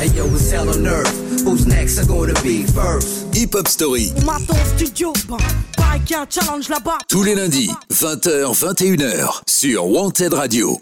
Hey yo, it's hell on earth. Who's next are gonna be first? Hip Hop Story. On m'attend au studio, pareil qu'il y a un challenge là-bas. Tous les lundis, 20h, 21h, sur Wanted Radio.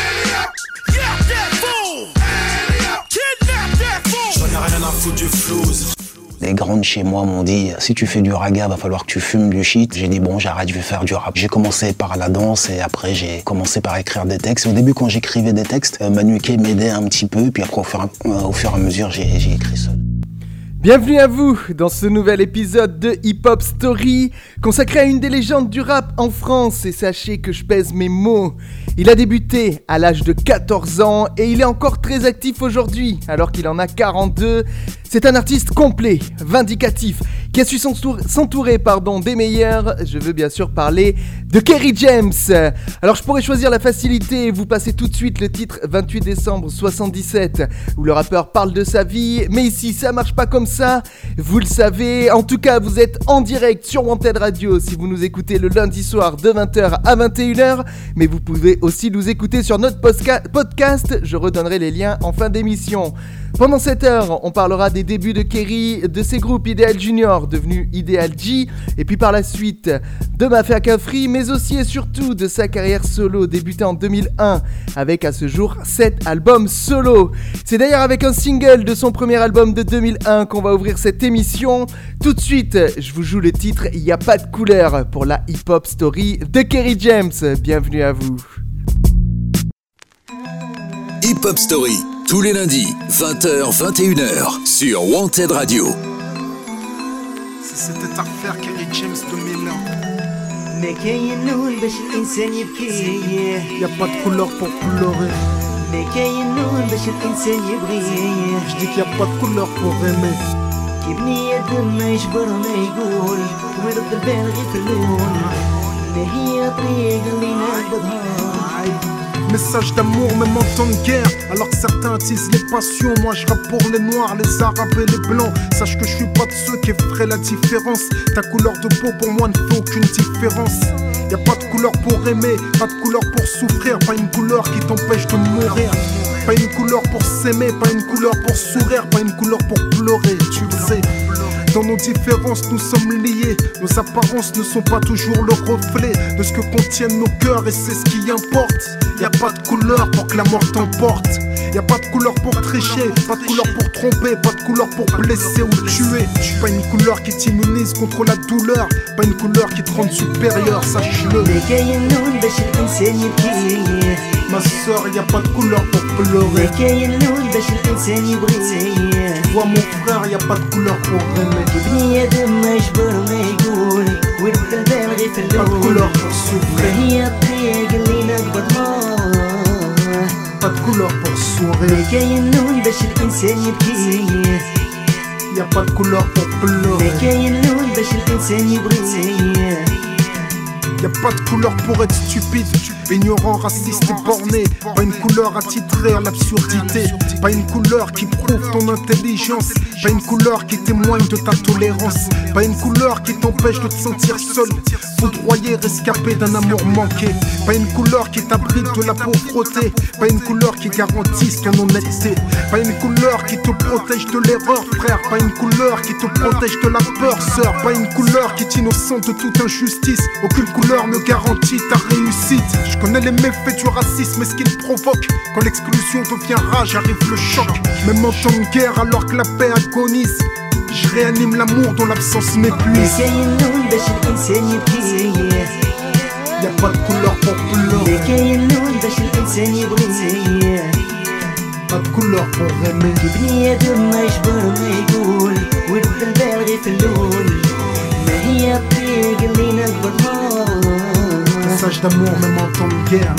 J'en ai rien à foutre du flouze. Les grandes chez moi m'ont dit « Si tu fais du raga, va falloir que tu fumes du shit ». J'ai dit « Bon, j'arrête, je vais faire du rap ». J'ai commencé par la danse et après j'ai commencé par écrire des textes. Au début, quand j'écrivais des textes, Manu K m'aidait un petit peu. Puis après, au fur et à mesure, j'ai écrit seul. Bienvenue à vous dans ce nouvel épisode de Hip Hop Story, consacré à une des légendes du rap en France, et sachez que je pèse mes mots. Il a débuté à l'âge de 14 ans et il est encore très actif aujourd'hui, alors qu'il en a 42. C'est un artiste complet, vindicatif, qui a su s'entourer des meilleurs. Je veux bien sûr parler de Kerry James. Alors je pourrais choisir la facilité et vous passer tout de suite le titre 28 décembre 77, où le rappeur parle de sa vie, mais ici ça marche pas comme ça, vous le savez. En tout cas, vous êtes en direct sur Wanted Radio si vous nous écoutez le lundi soir de 20h à 21h, mais vous pouvez aussi nous écouter sur notre podcast, je redonnerai les liens en fin d'émission. Pendant cette heure, on parlera des débuts de Kerry, de ses groupes Ideal Junior, devenu Ideal J, et puis par la suite de Mafia Cafri, mais aussi et surtout de sa carrière solo, débutée en 2001, avec à ce jour 7 albums solo. C'est d'ailleurs avec un single de son premier album de 2001 qu'on va ouvrir cette émission. Tout de suite, je vous joue le titre « Y a pas de couleur » pour la hip-hop story de Kerry James. Bienvenue à vous. Hip Hop Story, tous les lundis, 20h, 21h, sur Wanted Radio. Si c'était à refaire, Kerry James 2001. Y'a pas de couleur pour pleurer. Je dis qu'il y a pas de couleur pour aimer. Message d'amour, même en temps de guerre. Alors que certains attisent les passions, moi je rappe pour les noirs, les arabes et les blancs. Sache que je suis pas de ceux qui feraient la différence. Ta couleur de peau pour moi ne fait aucune différence. Y'a pas de couleur pour aimer, pas de couleur pour souffrir, pas une couleur qui t'empêche de mourir. Pas une couleur pour s'aimer, pas une couleur pour sourire, pas une couleur pour pleurer, tu le sais. Dans nos différences, nous sommes liés. Nos apparences ne sont pas toujours le reflet de ce que contiennent nos cœurs, et c'est ce qui importe. Y'a pas de couleur pour que la mort t'emporte. Y'a pas de couleur pour tricher, pas de couleur pour tromper, pas de couleur pour blesser ou tuer. Pas une couleur qui t'immunise contre la douleur, pas une couleur qui te rend supérieur, sache-le. Ma soeur, y'a pas de couleur pour pleurer. Tu vois mon frère, y'a pas de couleur pour aimer. Pas de couleur pour souffrir. Pas de couleur pour sourire. Y'a pas de couleur pour pleurer. Y'a pas de couleur pour être stupide, ignorant, raciste et borné. Pas une couleur attitrée à l'absurdité. Pas une couleur qui prouve ton intelligence. Pas une couleur qui témoigne de ta tolérance. Pas une couleur qui t'empêche de te sentir seul, foudroyé, rescapé d'un amour manqué. Pas une couleur qui t'abrite de la pauvreté. Pas une couleur qui garantisse ton honnêteté. Pas une couleur qui te protège de l'erreur, frère. Pas une couleur qui te protège de la peur, sœur. Pas une couleur qui t'innocente de toute injustice. Aucune couleur ne garantit ta réussite. Je connais les méfaits du racisme et ce qu'il provoque. Quand l'exclusion devient rage, arrive le choc. Même en temps de guerre, alors que la paix agonise, je réanime l'amour dont l'absence m'épuise. Y'a pas de couleur pour pleurer. Pas de couleur pour aimer. Message d'amour même en temps de guerre.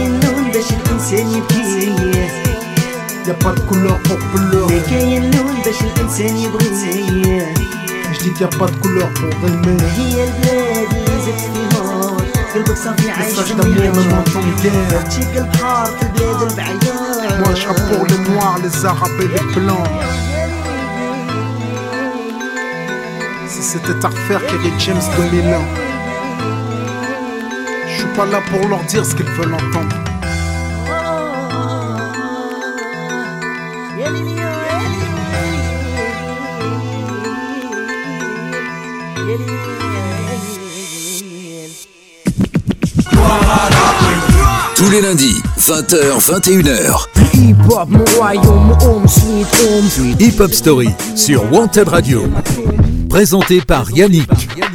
Y'a pas de couleur pour pleurer. Je dis qu'il y a pas de couleur pour aimer. Message d'amour même en temps de guerre. Moi je rappe pour les noirs, les arabes et les blancs. Si c'était à refaire, Kerry James 2001. Je suis pas là pour leur dire ce qu'ils veulent entendre. tous les lundis, 20h, 21h. Hip-hop, mon royaume, home sweet home. Hip Hop Story sur Wanted Radio. Présenté par Yannick.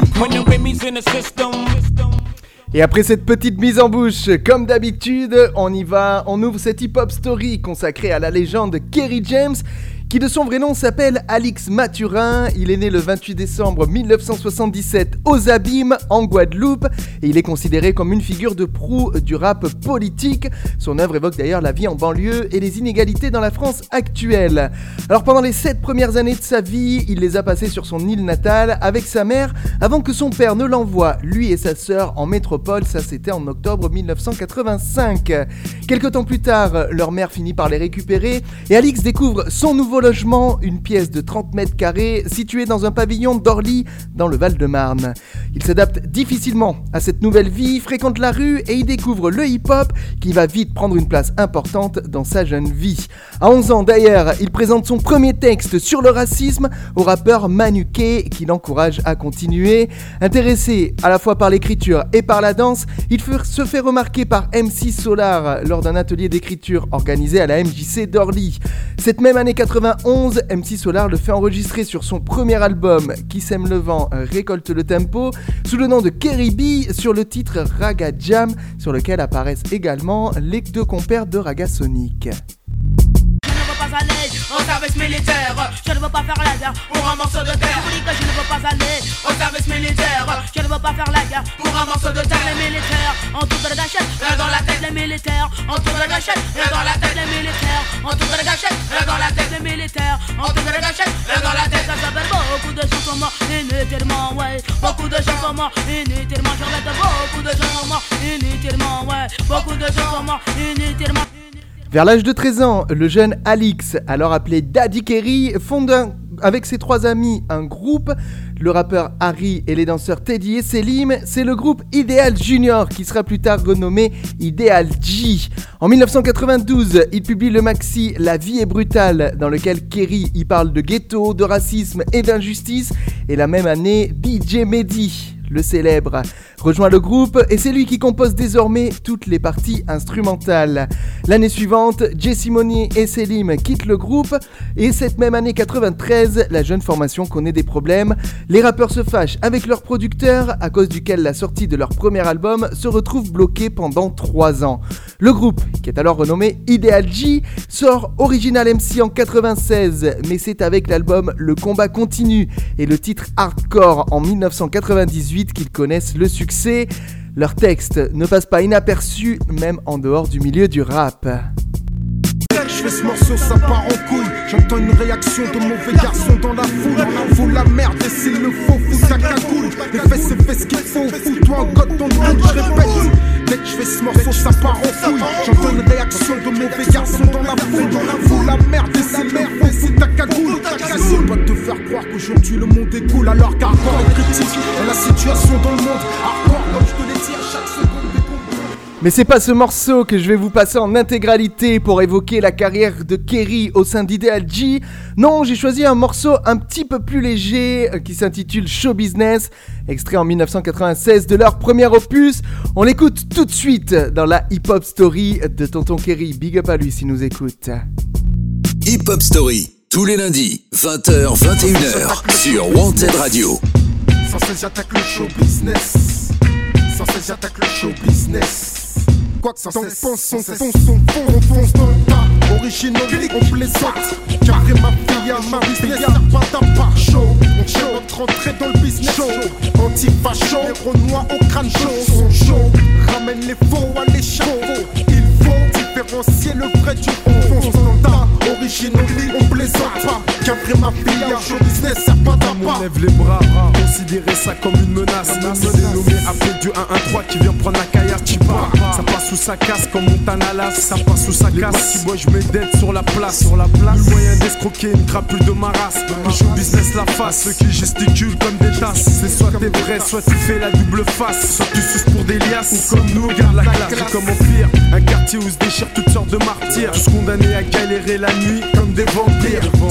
Et après cette petite mise en bouche, comme d'habitude, on y va, on ouvre cette hip-hop story consacrée à la légende Kerry James, qui de son vrai nom s'appelle Alix Mathurin. Il est né le 28 décembre 1977 aux Abîmes, en Guadeloupe, et il est considéré comme une figure de proue du rap politique. Son œuvre évoque d'ailleurs la vie en banlieue et les inégalités dans la France actuelle. Alors pendant les 7 premières années de sa vie, il les a passées sur son île natale avec sa mère, avant que son père ne l'envoie, lui et sa sœur, en métropole. Ça c'était en octobre 1985. Quelque temps plus tard, leur mère finit par les récupérer, et Alix découvre son nouveau logement, une pièce de 30 mètres carrés située dans un pavillon d'Orly dans le Val-de-Marne. Il s'adapte difficilement à cette nouvelle vie, fréquente la rue et y découvre le hip-hop qui va vite prendre une place importante dans sa jeune vie. À 11 ans d'ailleurs, il présente son premier texte sur le racisme au rappeur Manuké qui l'encourage à continuer. Intéressé à la fois par l'écriture et par la danse, il se fait remarquer par MC Solar lors d'un atelier d'écriture organisé à la MJC d'Orly. Cette même année 91, MC Solar le fait enregistrer sur son premier album Qui sème le vent, récolte le tempo, sous le nom de Kerry B, sur le titre Raga Jam, sur lequel apparaissent également les deux compères de Raga Sonic. Aller au service militaire, je ne veux pas faire la guerre pour un morceau de terre. Je dis que je ne veux pas aller au service militaire, je ne veux pas faire la guerre pour un morceau de terre. Les militaires ont tout de la gâchette dans la tête. Les militaires ont tout de la gâchette dans la tête. Les militaires ont tout de la gâchette dans la tête. Les militaires ont tout de la gâchette dans la tête. Ça s'appelle beaucoup de gens comme moi inutilement, ouais. Beaucoup de gens comme moi inutilement. Je vais te beaucoup de gens comme moi inutilement, ouais. Beaucoup de gens comme moi inutilement. Vers l'âge de 13 ans, le jeune Alix, alors appelé Daddy Kerry, fonde avec ses 3 amis un groupe, le rappeur Harry et les danseurs Teddy et Selim. C'est le groupe Ideal Junior qui sera plus tard renommé Ideal G. En 1992, il publie le maxi La vie est brutale, dans lequel Kerry y parle de ghetto, de racisme et d'injustice. Et la même année, DJ Mehdi, le célèbre, rejoint le groupe et c'est lui qui compose désormais toutes les parties instrumentales. L'année suivante, Jessie Money et Selim quittent le groupe et cette même année 93, la jeune formation connaît des problèmes. Les rappeurs se fâchent avec leur producteur à cause duquel la sortie de leur premier album se retrouve bloquée pendant 3 ans. Le groupe, qui est alors renommé Ideal G, sort Original MC en 96, mais c'est avec l'album Le combat continue et le titre Hardcore en 1998 qu'ils connaissent le succès. Leurs textes ne passent pas inaperçus, même en dehors du milieu du rap. Je fais ce morceau, ça part en couille. J'entends une réaction de mauvais garçons dans la foule. Faut la merde et s'il le faut, fous ta cagoule. Les fesses, c'est fait ce qu'il faut, fous-toi en god dans le monde, je répète. Dès que je fais ce morceau, ça part en couille. J'entends une réaction de mauvais garçons dans la foule. Faut la merde et s'il le faut, fous ta cagoule. J'essaie pas de te faire croire qu'aujourd'hui le monde est cool, alors qu'hardcore est critique. Et la situation dans le monde, hardcore, comme je te l'ai dit à chaque seconde. Mais c'est pas ce morceau que je vais vous passer en intégralité pour évoquer la carrière de Kerry au sein d'Ideal G. Non, j'ai choisi un morceau un petit peu plus léger qui s'intitule Show Business, extrait en 1996 de leur premier opus. On l'écoute tout de suite dans la Hip Hop Story de Tonton Kerry. Big up à lui s'il nous écoute. Hip Hop Story, tous les lundis, 20h, 21h, sur Wanted Radio. Sans cesse j'attaque le show business. Sans cesse j'attaque le show business. Quoi que t'en penses, on fonce dans le tas. Original, on plaisante. Carré ma fille à ma business, pas d'appart chaud. On tient notre entrée dans le business show. Anti-facho, les renois au crâne chaud. Sont chauds, ramène les faux à l'échafaud. Il faut différencier le vrai du faux. Fonce dans le tas. Original, on plaisante pas. Carré ma fille à show business, pas d'appart. On lève les bras, considérer ça comme une menace. C'est dénommé après du 1-1-3 qui vient prendre la caillasse, tu pars. Ça passe sous sa casse comme Montana Las. Ça passe sous sa casse. Les qui boit, je mets dead sur la place. Le moyen d'escroquer une crapule de ma race. Le show business la face. Ceux qui gesticulent comme des tasses. C'est soit t'es vrai, soit tu fais la double face. Soit tu suces pour des liasses. Ou comme nous, garde la classe. J'ai comme empire. Un quartier où se déchirent toutes sortes de martyrs. Tous condamnés à galérer la nuit comme des vampires. C'est avec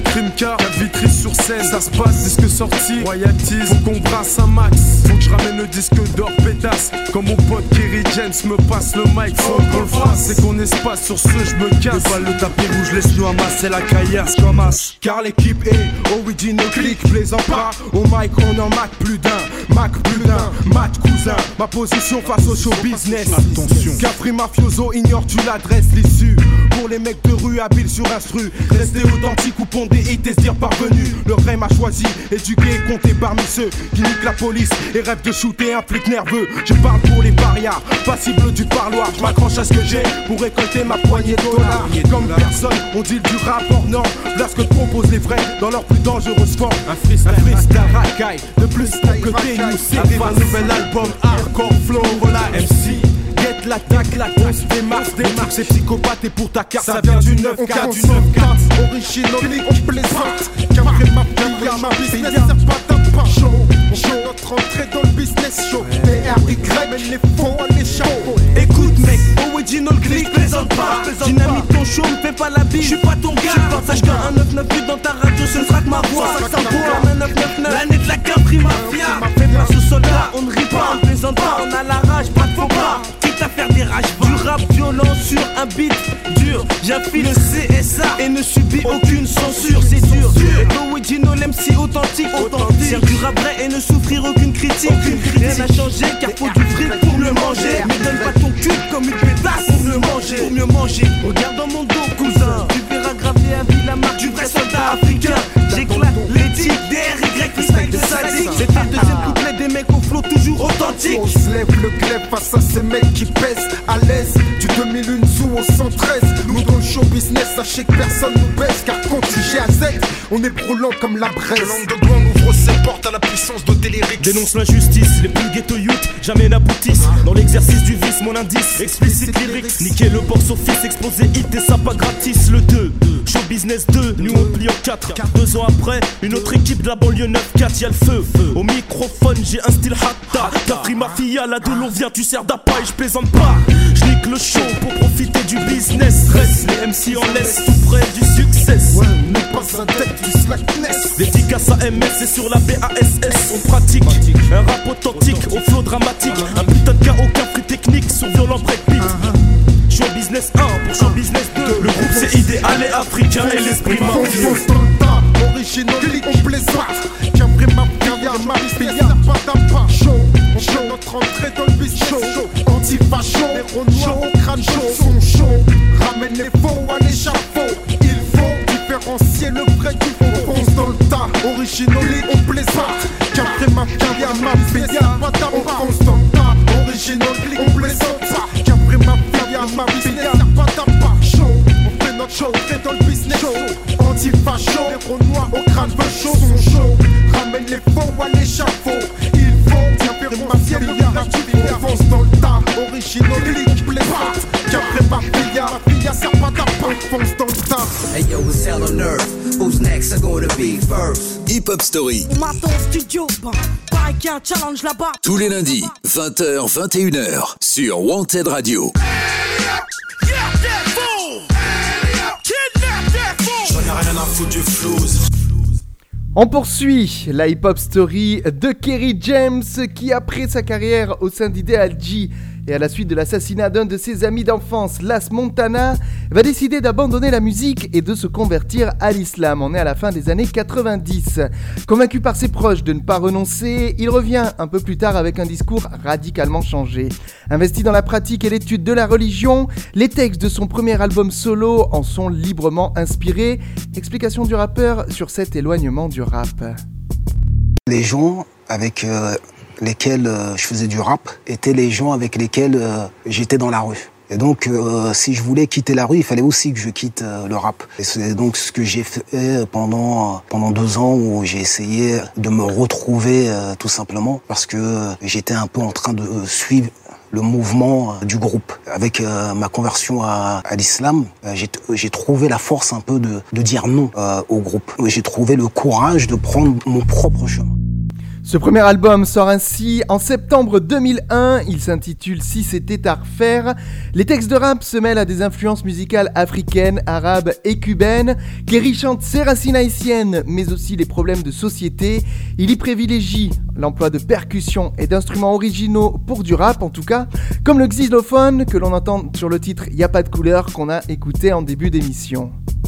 Krimka, 4 Vitry sur scène. Ça se passe, disque sorti, royalties. Faut qu'on brasse un max. Faut que je ramène le disque d'or pétasse. Comme mon pote Kerry James me passe le mic. Faut qu'on le fasse, c'est qu'on espace. Sur ce, je me casse. Déballe le tapis rouge, laisse-nous amasser la caillasse comme as. Car l'équipe est original click, plaisant pas. Au mic, on en mac plus d'un. Mac plus d'un, Mac cousin. Ma position face au show business. Attention. Capri Mafioso, ignores-tu l'adresse, l'issue. Pour les mecs de rue habiles sur instru. Rester authentique ou pondre des hits et se dire parvenu. Le rêve m'a choisi, éduqué et compté parmi ceux qui niquent la police et rêvent de shooter un flic nerveux. Je parle pour les parias, passibles du parloir. Je m'accroche à ce que j'ai pour récolter ma poignée de dollars. Comme personne, on dit du rap hors norme. Là ce que proposent les vrais dans leur plus dangereuse forme. Un freestyle racaille, de plus que t'es nous c'est un nouvel album hardcore flow. Voilà MC. Get l'attaque, la grosse démarche, c'est psychopathe et pour ta carte ça vient du 9-4, du 9-4. Original, on plaisante. Qu'après ma fille, ma business, c'est pas ta part. Show, notre entrée dans le business show. PRY, mène les fonds à l'échafaud. Écoute mec, original click, plaisante pas. Dynamite ton show, me fais pas la bille. J'suis pas ton gars. Sache qu'un 998 dans ta radio, ce ne sera que ma voix. Ça comme un 999. L'année de la Capri Mafia. Fais face aux soldats, on ne rit pas, on plaisante pas. On a la rage, pas de faux pas. Quitte à faire des rages, du rap violent sur un beat dur. J'affile le CSA et ne subis aucune censure. C'est dur. Original MC authentique. Faire du rap vrai et ne souffrir aucune critique. Rien n'a changé car faut du fric pour le manger. Mais donne pas ton cul comme une pétasse pour le manger. Pour mieux manger, regarde dans mon dos cousin. Tu verras graver à vie la marque du vrai soldat africain. J'éclate l'éthique DRY freestyle de sadique. C'était le deuxième couplet des mecs au flow toujours authentique. On se lève le glaive face à ces mecs qui pèsent à l'aise. Du 2001 sous au 113. Nous dans le show business, sachez que personne nous baisse. Car quand tu G à Z, on est brûlant comme la braise. L'underground ouvre ses portes à la puissance de Télérix. Dénonce l'injustice, les plus ghetto youth jamais n'aboutissent. Dans l'exercice du vice, mon indice, explicite lyrics. Niquer le box office, exposer hit et ça pas gratis. Le 2, show business 2, nous on plie en 4. 2 ans après, une autre équipe de la banlieue 9-4, y'a le feu. Au microphone, j'ai un style hatta. Capri Mafia, là d'où l'on vient, tu sers d'appât et je plaisante pas. J'nique le show pour profiter du business. Reste les MC en laisse, tout près du succès. Ouais, n'est pas un tête du slackness. Dédicace à MS et sur la BASS. On pratique un rap authentique au flow dramatique. Un putain de chaos, aucun free technique sur violent breakbeat. Show business 1 pour show business 2. Le groupe c'est idéal et africain et l'esprit mafieux. Original, on plaisante. Qu'après ma fille, pas d'appât. Show, notre entrée dans le business show. Anti-facho, les renois au crâne chaud. Son chaud, ramène les faux à l'échafaud. Il faut différencier le vrai du faux. On fonce dans le tas. Original, on plaisante. Qu'après ma fille, pas d'appât. On fonce dans le tas. Original, on plaisante pas. Qu'après ma fille, pas d'appât. Show, on fait notre show, on dans le business show. Anti-facho, les renois au crâne chaud. Son chaud, ramène les faux à l'échafaud. Il faut différencier le vrai du faux. On fonce dans le tas. Original, on plaisante. Qu'après ma fille, sert pas d'appât. On fonce dans le tas. Hey yo, it's hell on earth. Who's next are gonna be first? Hip Hop Story. On m'attend au studio, pareil qu'il y a un challenge là-bas. Tous les lundis, 20h, 21h, sur Wanted Radio. On poursuit la hip-hop story de Kerry James qui, après sa carrière au sein d'Ideal G et à la suite de l'assassinat d'un de ses amis d'enfance, Las Montana, va décider d'abandonner la musique et de se convertir à l'islam. On est à la fin des années 90. Convaincu par ses proches de ne pas renoncer, il revient un peu plus tard avec un discours radicalement changé. Investi dans la pratique et l'étude de la religion, les textes de son premier album solo en sont librement inspirés. Explication du rappeur sur cet éloignement du rap. Les gens avec lesquels je faisais du rap étaient les gens avec lesquels j'étais dans la rue. Et donc, si je voulais quitter la rue, il fallait aussi que je quitte le rap. Et c'est donc ce que j'ai fait pendant 2 ans où j'ai essayé de me retrouver tout simplement parce que j'étais un peu en train de suivre le mouvement du groupe. Avec ma conversion à l'islam, j'ai trouvé la force un peu de dire non au groupe. J'ai trouvé le courage de prendre mon propre chemin. Ce premier album sort ainsi en septembre 2001, il s'intitule Si c'était à refaire. Les textes de rap se mêlent à des influences musicales africaines, arabes et cubaines. Kerry chante ses racines haïtiennes, mais aussi les problèmes de société. Il y privilégie l'emploi de percussions et d'instruments originaux pour du rap en tout cas, comme le xylophone que l'on entend sur le titre Y'a pas de couleur qu'on a écouté en début d'émission.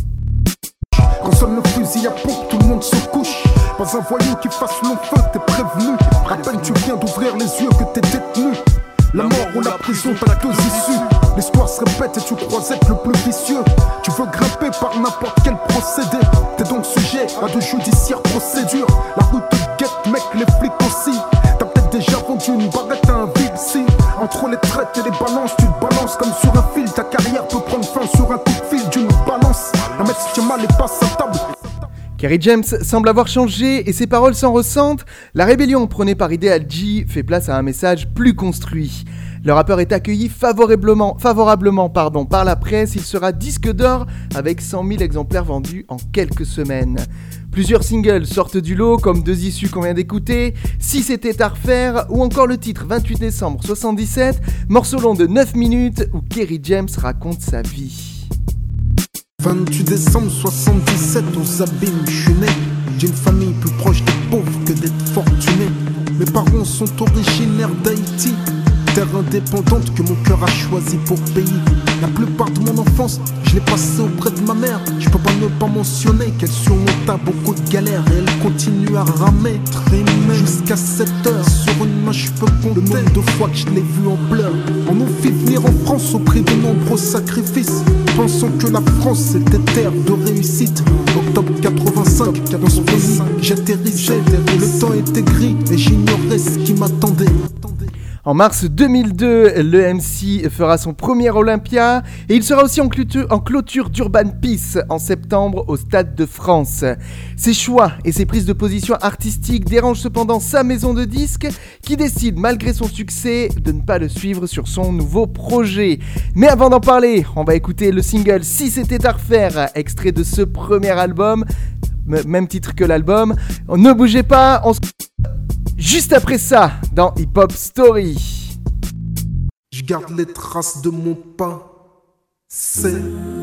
Quand sonne le fusil à pompe, tout le monde se couche. Pas un voyou qui fasse long feu, t'es prévenu. À peine tu viens d'ouvrir les yeux que t'es détenu. La mort ou la prison, t'as deux issues. L'histoire se répète et tu crois être le plus vicieux. Tu veux grimper par n'importe quel procédé. T'es donc sujet à de judiciaires procédures. La rue te guette, mec, les flics aussi. T'as peut-être déjà vendu une baguette à un VIP. Entre les traites et les balances, tu te balances comme sur un fil. Ta carrière peut prendre fin sur un coup de fil d'une balance. Un mec se tient mal et passe à table. Kerry James semble avoir changé et ses paroles s'en ressentent. La rébellion prônée par Ideal G fait place à un message plus construit. Le rappeur est accueilli favorablement par la presse. Il sera disque d'or avec 100 000 exemplaires vendus en quelques semaines. Plusieurs singles sortent du lot comme Deux issues qu'on vient d'écouter, Si c'était à refaire ou encore le titre 28 décembre 77, morceau long de 9 minutes où Kerry James raconte sa vie. 28 décembre 77, aux abîmes, je suis né. J'ai une famille plus proche des pauvres que d'être fortuné. Mes parents sont originaires d'Haïti, terre indépendante que mon cœur a choisi pour pays. La plupart de mon enfance, je l'ai passée auprès de ma mère. Je peux pas ne pas mentionner qu'elle surmonta beaucoup de galères et elle continue à ramer, trimer jusqu'à 7 heures. Sur une main je peux compter le nombre de fois que je l'ai vue en pleurs. On nous fit venir en France au prix de nombreux sacrifices, pensant que la France était terre de réussite. Octobre 85, dans ce pays j'atterrissais. Le temps était gris et j'ignorais ce qui m'attendait. En mars 2002, le MC fera son premier Olympia et il sera aussi en clôture d'Urban Peace en septembre au Stade de France. Ses choix et ses prises de position artistiques dérangent cependant sa maison de disques qui décide malgré son succès de ne pas le suivre sur son nouveau projet. Mais avant d'en parler, on va écouter le single Si c'était à refaire, extrait de ce premier album, même titre que l'album. Ne bougez pas, on se... Juste après ça, dans Hip Hop Story. Je garde les traces de mon passé.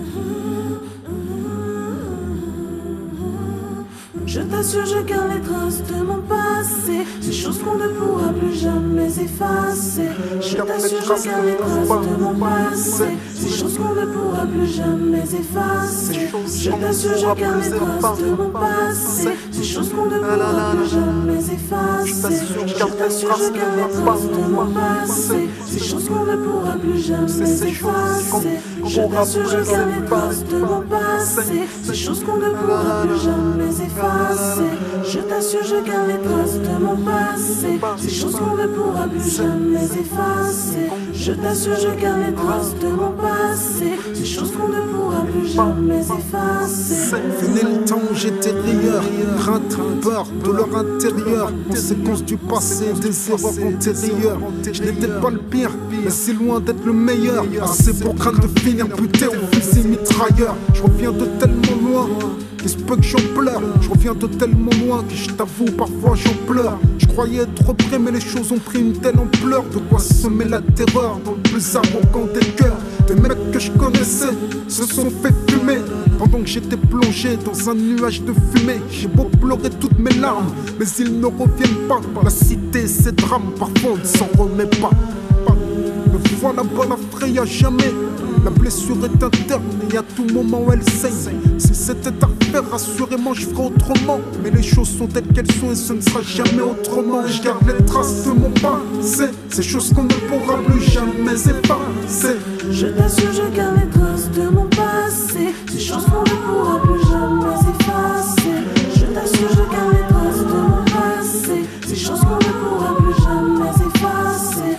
Je t'assure, je garde les traces de mon passé. Ces choses qu'on ne pourra plus jamais effacer. Je t'assure, je garde les traces de mon passé. Ces choses qu'on ne pourra plus jamais effacer. Je t'assure, je garde les traces de mon passé. Ces choses qu'on ne pourra plus jamais effacer. Je t'assure, je garde les traces de mon passé. Ces choses qu'on ne pourra plus jamais effacer. Je t'assure, je garde les traces de mon passé. Ces choses qu'on ne pourra plus jamais effacer. Je t'assure, je garde les traces de mon passé. Ces choses qu'on ne pourra plus jamais effacer. Je t'assure, je garde les traces de mon passé. Ces choses qu'on ne pourra plus jamais effacer. Fini le temps où j'étais rieur, crainte, peur, douleur intérieure, conséquence du passé, des erreurs antérieures. Je n'étais pas le pire, mais si loin d'être le meilleur. Assez pour craindre de finir buté au fusil mitrailleur. Je reviens de tellement loin, qu'il se peut que j'en pleure. Je reviens de tellement loin que je t'avoue parfois j'en pleure. Je croyais être prêt mais les choses ont pris une telle ampleur. De quoi semer la terreur dans le plus arrogant des cœurs. Des mecs que je connaissais se sont fait fumer pendant que j'étais plongé dans un nuage de fumée. J'ai beau pleurer toutes mes larmes, mais ils ne reviennent pas. La cité, ses drames, parfois on ne s'en remet pas. Me voilà pas la fraye à jamais. La blessure est interne et à tout moment elle saigne. Si c'était à refaire, assurément je ferais autrement. Mais les choses sont telles qu'elles sont et ce ne sera jamais autrement. Je garde les traces de mon passé, ces choses qu'on ne pourra plus jamais effacer. Je t'assure, je garde les traces de mon passé. Ces choses qu'on ne pourra plus jamais effacer. Je t'assure, je garde les traces de mon passé. Ces choses qu'on ne pourra plus jamais effacer.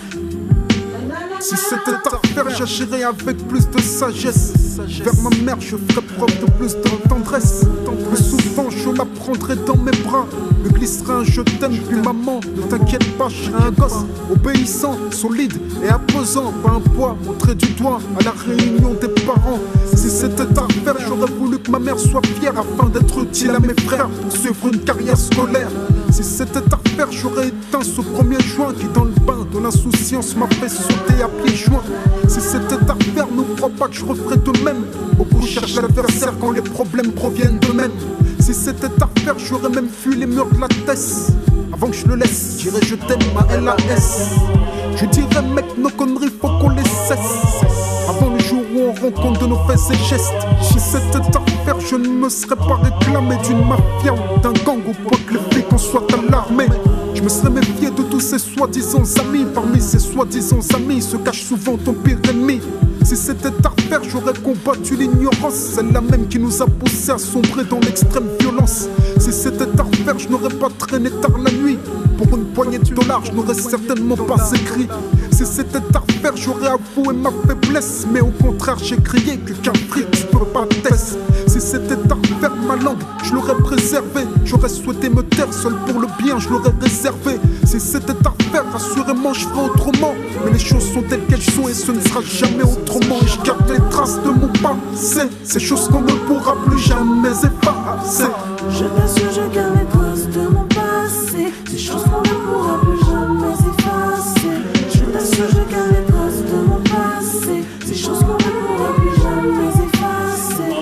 Si c'était à refaire, j'agirais avec plus de sagesse. Vers ma mère, je ferais preuve de plus de tendresse. Plus souvent, je la prendrai dans mes bras. Me glisserai un je t'aime, puis maman, ne t'inquiète pas, je serai un gosse obéissant, solide et imposant. Pas un poids, montré du doigt à la réunion des parents. Si c'était à refaire, j'aurais voulu que ma mère soit fière afin d'être utile à mes frères pour suivre une carrière scolaire. Si c'était à refaire, j'aurais éteint ce 1er juin qui dans le bain de l'insouciance m'a fait sauter à pieds joints. Si c'était à refaire, ne crois pas que je referais de même. Beaucoup cherchent l'adversaire quand les problèmes proviennent d'eux-mêmes. Si c'était à refaire, j'aurais même fui les murs de la Tess. Avant que je le laisse, je dirais je t'aime ma LAS. Je dirais mec, nos conneries faut qu'on les cesse. Avant le jour où on rend compte de nos faits et gestes. Si c'était à refaire, je ne me serais pas réclamé d'une mafia ou d'un gang ou pas que le fait qu'on soit à l'armée. Je me serais méfié de tous ces soi-disant amis. Parmi ces soi-disant amis se cache souvent ton pire ennemi. Si c'était à refaire, j'aurais combattu l'ignorance, celle-là même qui nous a poussé à sombrer dans l'extrême violence. Si c'était à refaire, je n'aurais pas traîné tard la nuit. Pour une poignée de dollars, je n'aurais certainement pas écrit. Si c'était à refaire, j'aurais avoué ma faiblesse. Mais au contraire, j'ai crié que qu'un fric ne peut pas tester. Si c'était à refaire, ma langue, je l'aurais préservée. J'aurais souhaité me taire, seul pour le bien, je l'aurais réservé. Si c'était à refaire, assurément, je ferais autrement. Mais les choses sont telles qu'elles sont et ce ne sera jamais autrement. Je garde les traces de mon passé, ces choses qu'on ne pourra plus jamais effacer. Je t'assure, je garde les traces de mon passé, ces choses qu'on ne pourra plus jamais effacer. Je t'assure, je garde les traces de mon passé, ces choses qu'on ne pourra plus jamais effacer.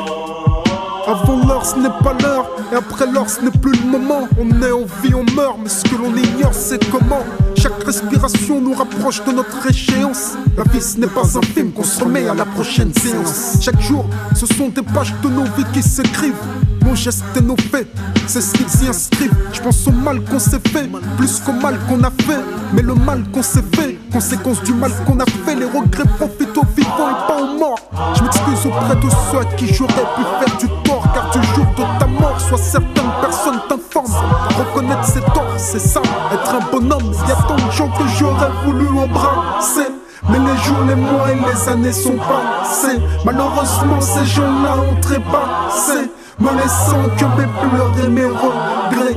Avant l'heure, ce n'est pas l'heure, et après l'heure, ce n'est plus le moment. On est en vie, on meurt, mais ce que l'on ignore, c'est comment. Chaque respiration nous rapproche de notre échéance. La vie ce n'est pas un film qu'on se remet à la prochaine séance. Chaque jour, ce sont des pages de nos vies qui s'écrivent. Nos gestes et nos faits, c'est ce qu'ils y inscrivent. Je pense au mal qu'on s'est fait, plus qu'au mal qu'on a fait. Mais le mal qu'on s'est fait, conséquence du mal qu'on a fait. Les regrets profitent aux vivants et pas aux morts. Je m'excuse auprès de ceux à qui j'aurais pu faire du tort. Car du jour de ta mort, soit certaines personnes t'informent. Reconnaître ses torts, c'est ça, être un bonhomme. Y a tant de gens que j'aurais voulu embrasser. Mais les jours, les mois et les années sont passés. Malheureusement, ces gens-là ont trépassé, me laissant que mes pleurs et mes regrets.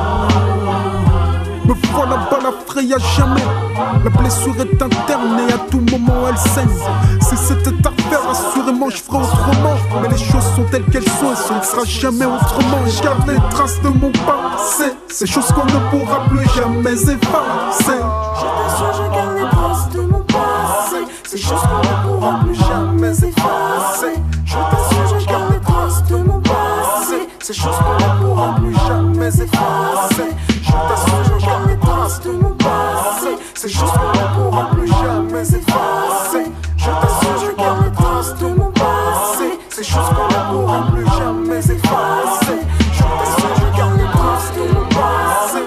Me voilà pas la fraye à jamais. La blessure est interne et à tout moment elle saigne. Si c'était à refaire, assurément je ferais autrement. Mais les choses sont telles qu'elles sont et ce ne sera jamais autrement. Je garde les traces de mon passé, ces choses qu'on ne pourra plus jamais effacer. Je t'assure, je garde les traces de mon passé, ces choses qu'on ne pourra plus jamais effacer. Je t'assure, je garde les traces de mon passé, ces choses qu'on ne pourra plus jamais effacer. Je t'assure, je garde les traces de mon passé, ces choses qu'on ne pourra plus jamais effacer. Je t'assure, je garde les traces de mon passé, ces choses qu'on ne pourra plus jamais effacer. Je t'assure, je garde les traces de mon passé.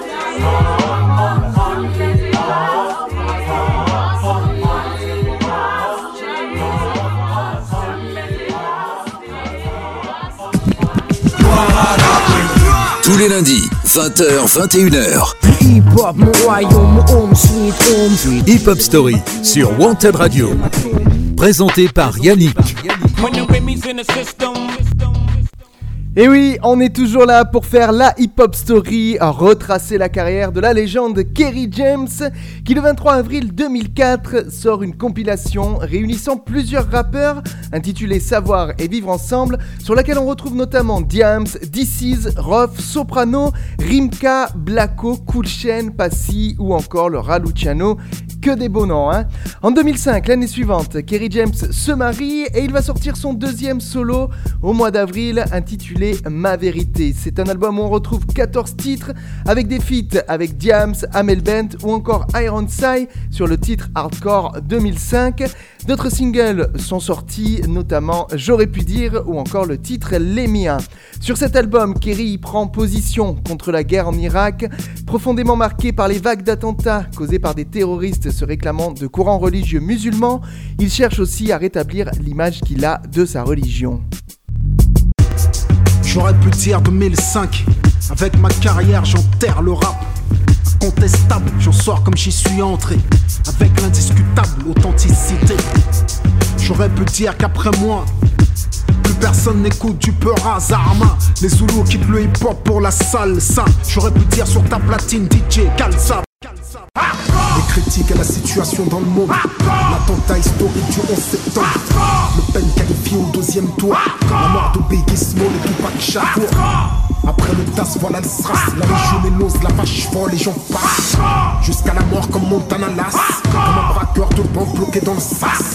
Tous les lundis, 20h, 21h. Hip-hop, mon royaume, home sweet home. Hip-hop Story sur Wanted Radio. Présenté par Yannick. Et oui, on est toujours là pour faire la hip-hop story, retracer la carrière de la légende Kerry James, qui le 23 avril 2004 sort une compilation réunissant plusieurs rappeurs intitulée Savoir et Vivre Ensemble, sur laquelle on retrouve notamment Diams, DC's, Rof, Soprano, Rimka, Blacko, Cool Chain, Passy ou encore le Raluciano. Que des beaux noms, hein. En 2005, l'année suivante, Kerry James se marie et il va sortir son deuxième solo au mois d'avril intitulé Ma Vérité. C'est un album où on retrouve 14 titres avec des feats avec Diams, Amel Bent ou encore Ironside sur le titre Hardcore 2005. D'autres singles sont sortis, notamment J'aurais pu dire ou encore le titre Les Miens. Sur cet album, Kerry prend position contre la guerre en Irak, profondément marqué par les vagues d'attentats causés par des terroristes se réclamant de courants religieux musulmans. Il cherche aussi à rétablir l'image qu'il a de sa religion. J'aurais pu dire 2005, avec ma carrière j'enterre le rap. Incontestable, j'en sors comme j'y suis entré, avec l'indiscutable authenticité. J'aurais pu dire qu'après moi, plus personne n'écoute du peur Zarma. Les Zoulous quittent le hip-hop pour la salsa. J'aurais pu dire sur ta platine DJ Kalsa. Les critiques à la situation dans le monde, l'attentat historique du 11 septembre, Le Pen qualifié au deuxième tour, la mort de Biggie Small et Tupac Shakur. Après le DAS, voilà le SRAS. La légionellose, la vache folle, les gens passent jusqu'à la mort comme Montana Lass. Comme un braqueur de banque bloqué dans le sas.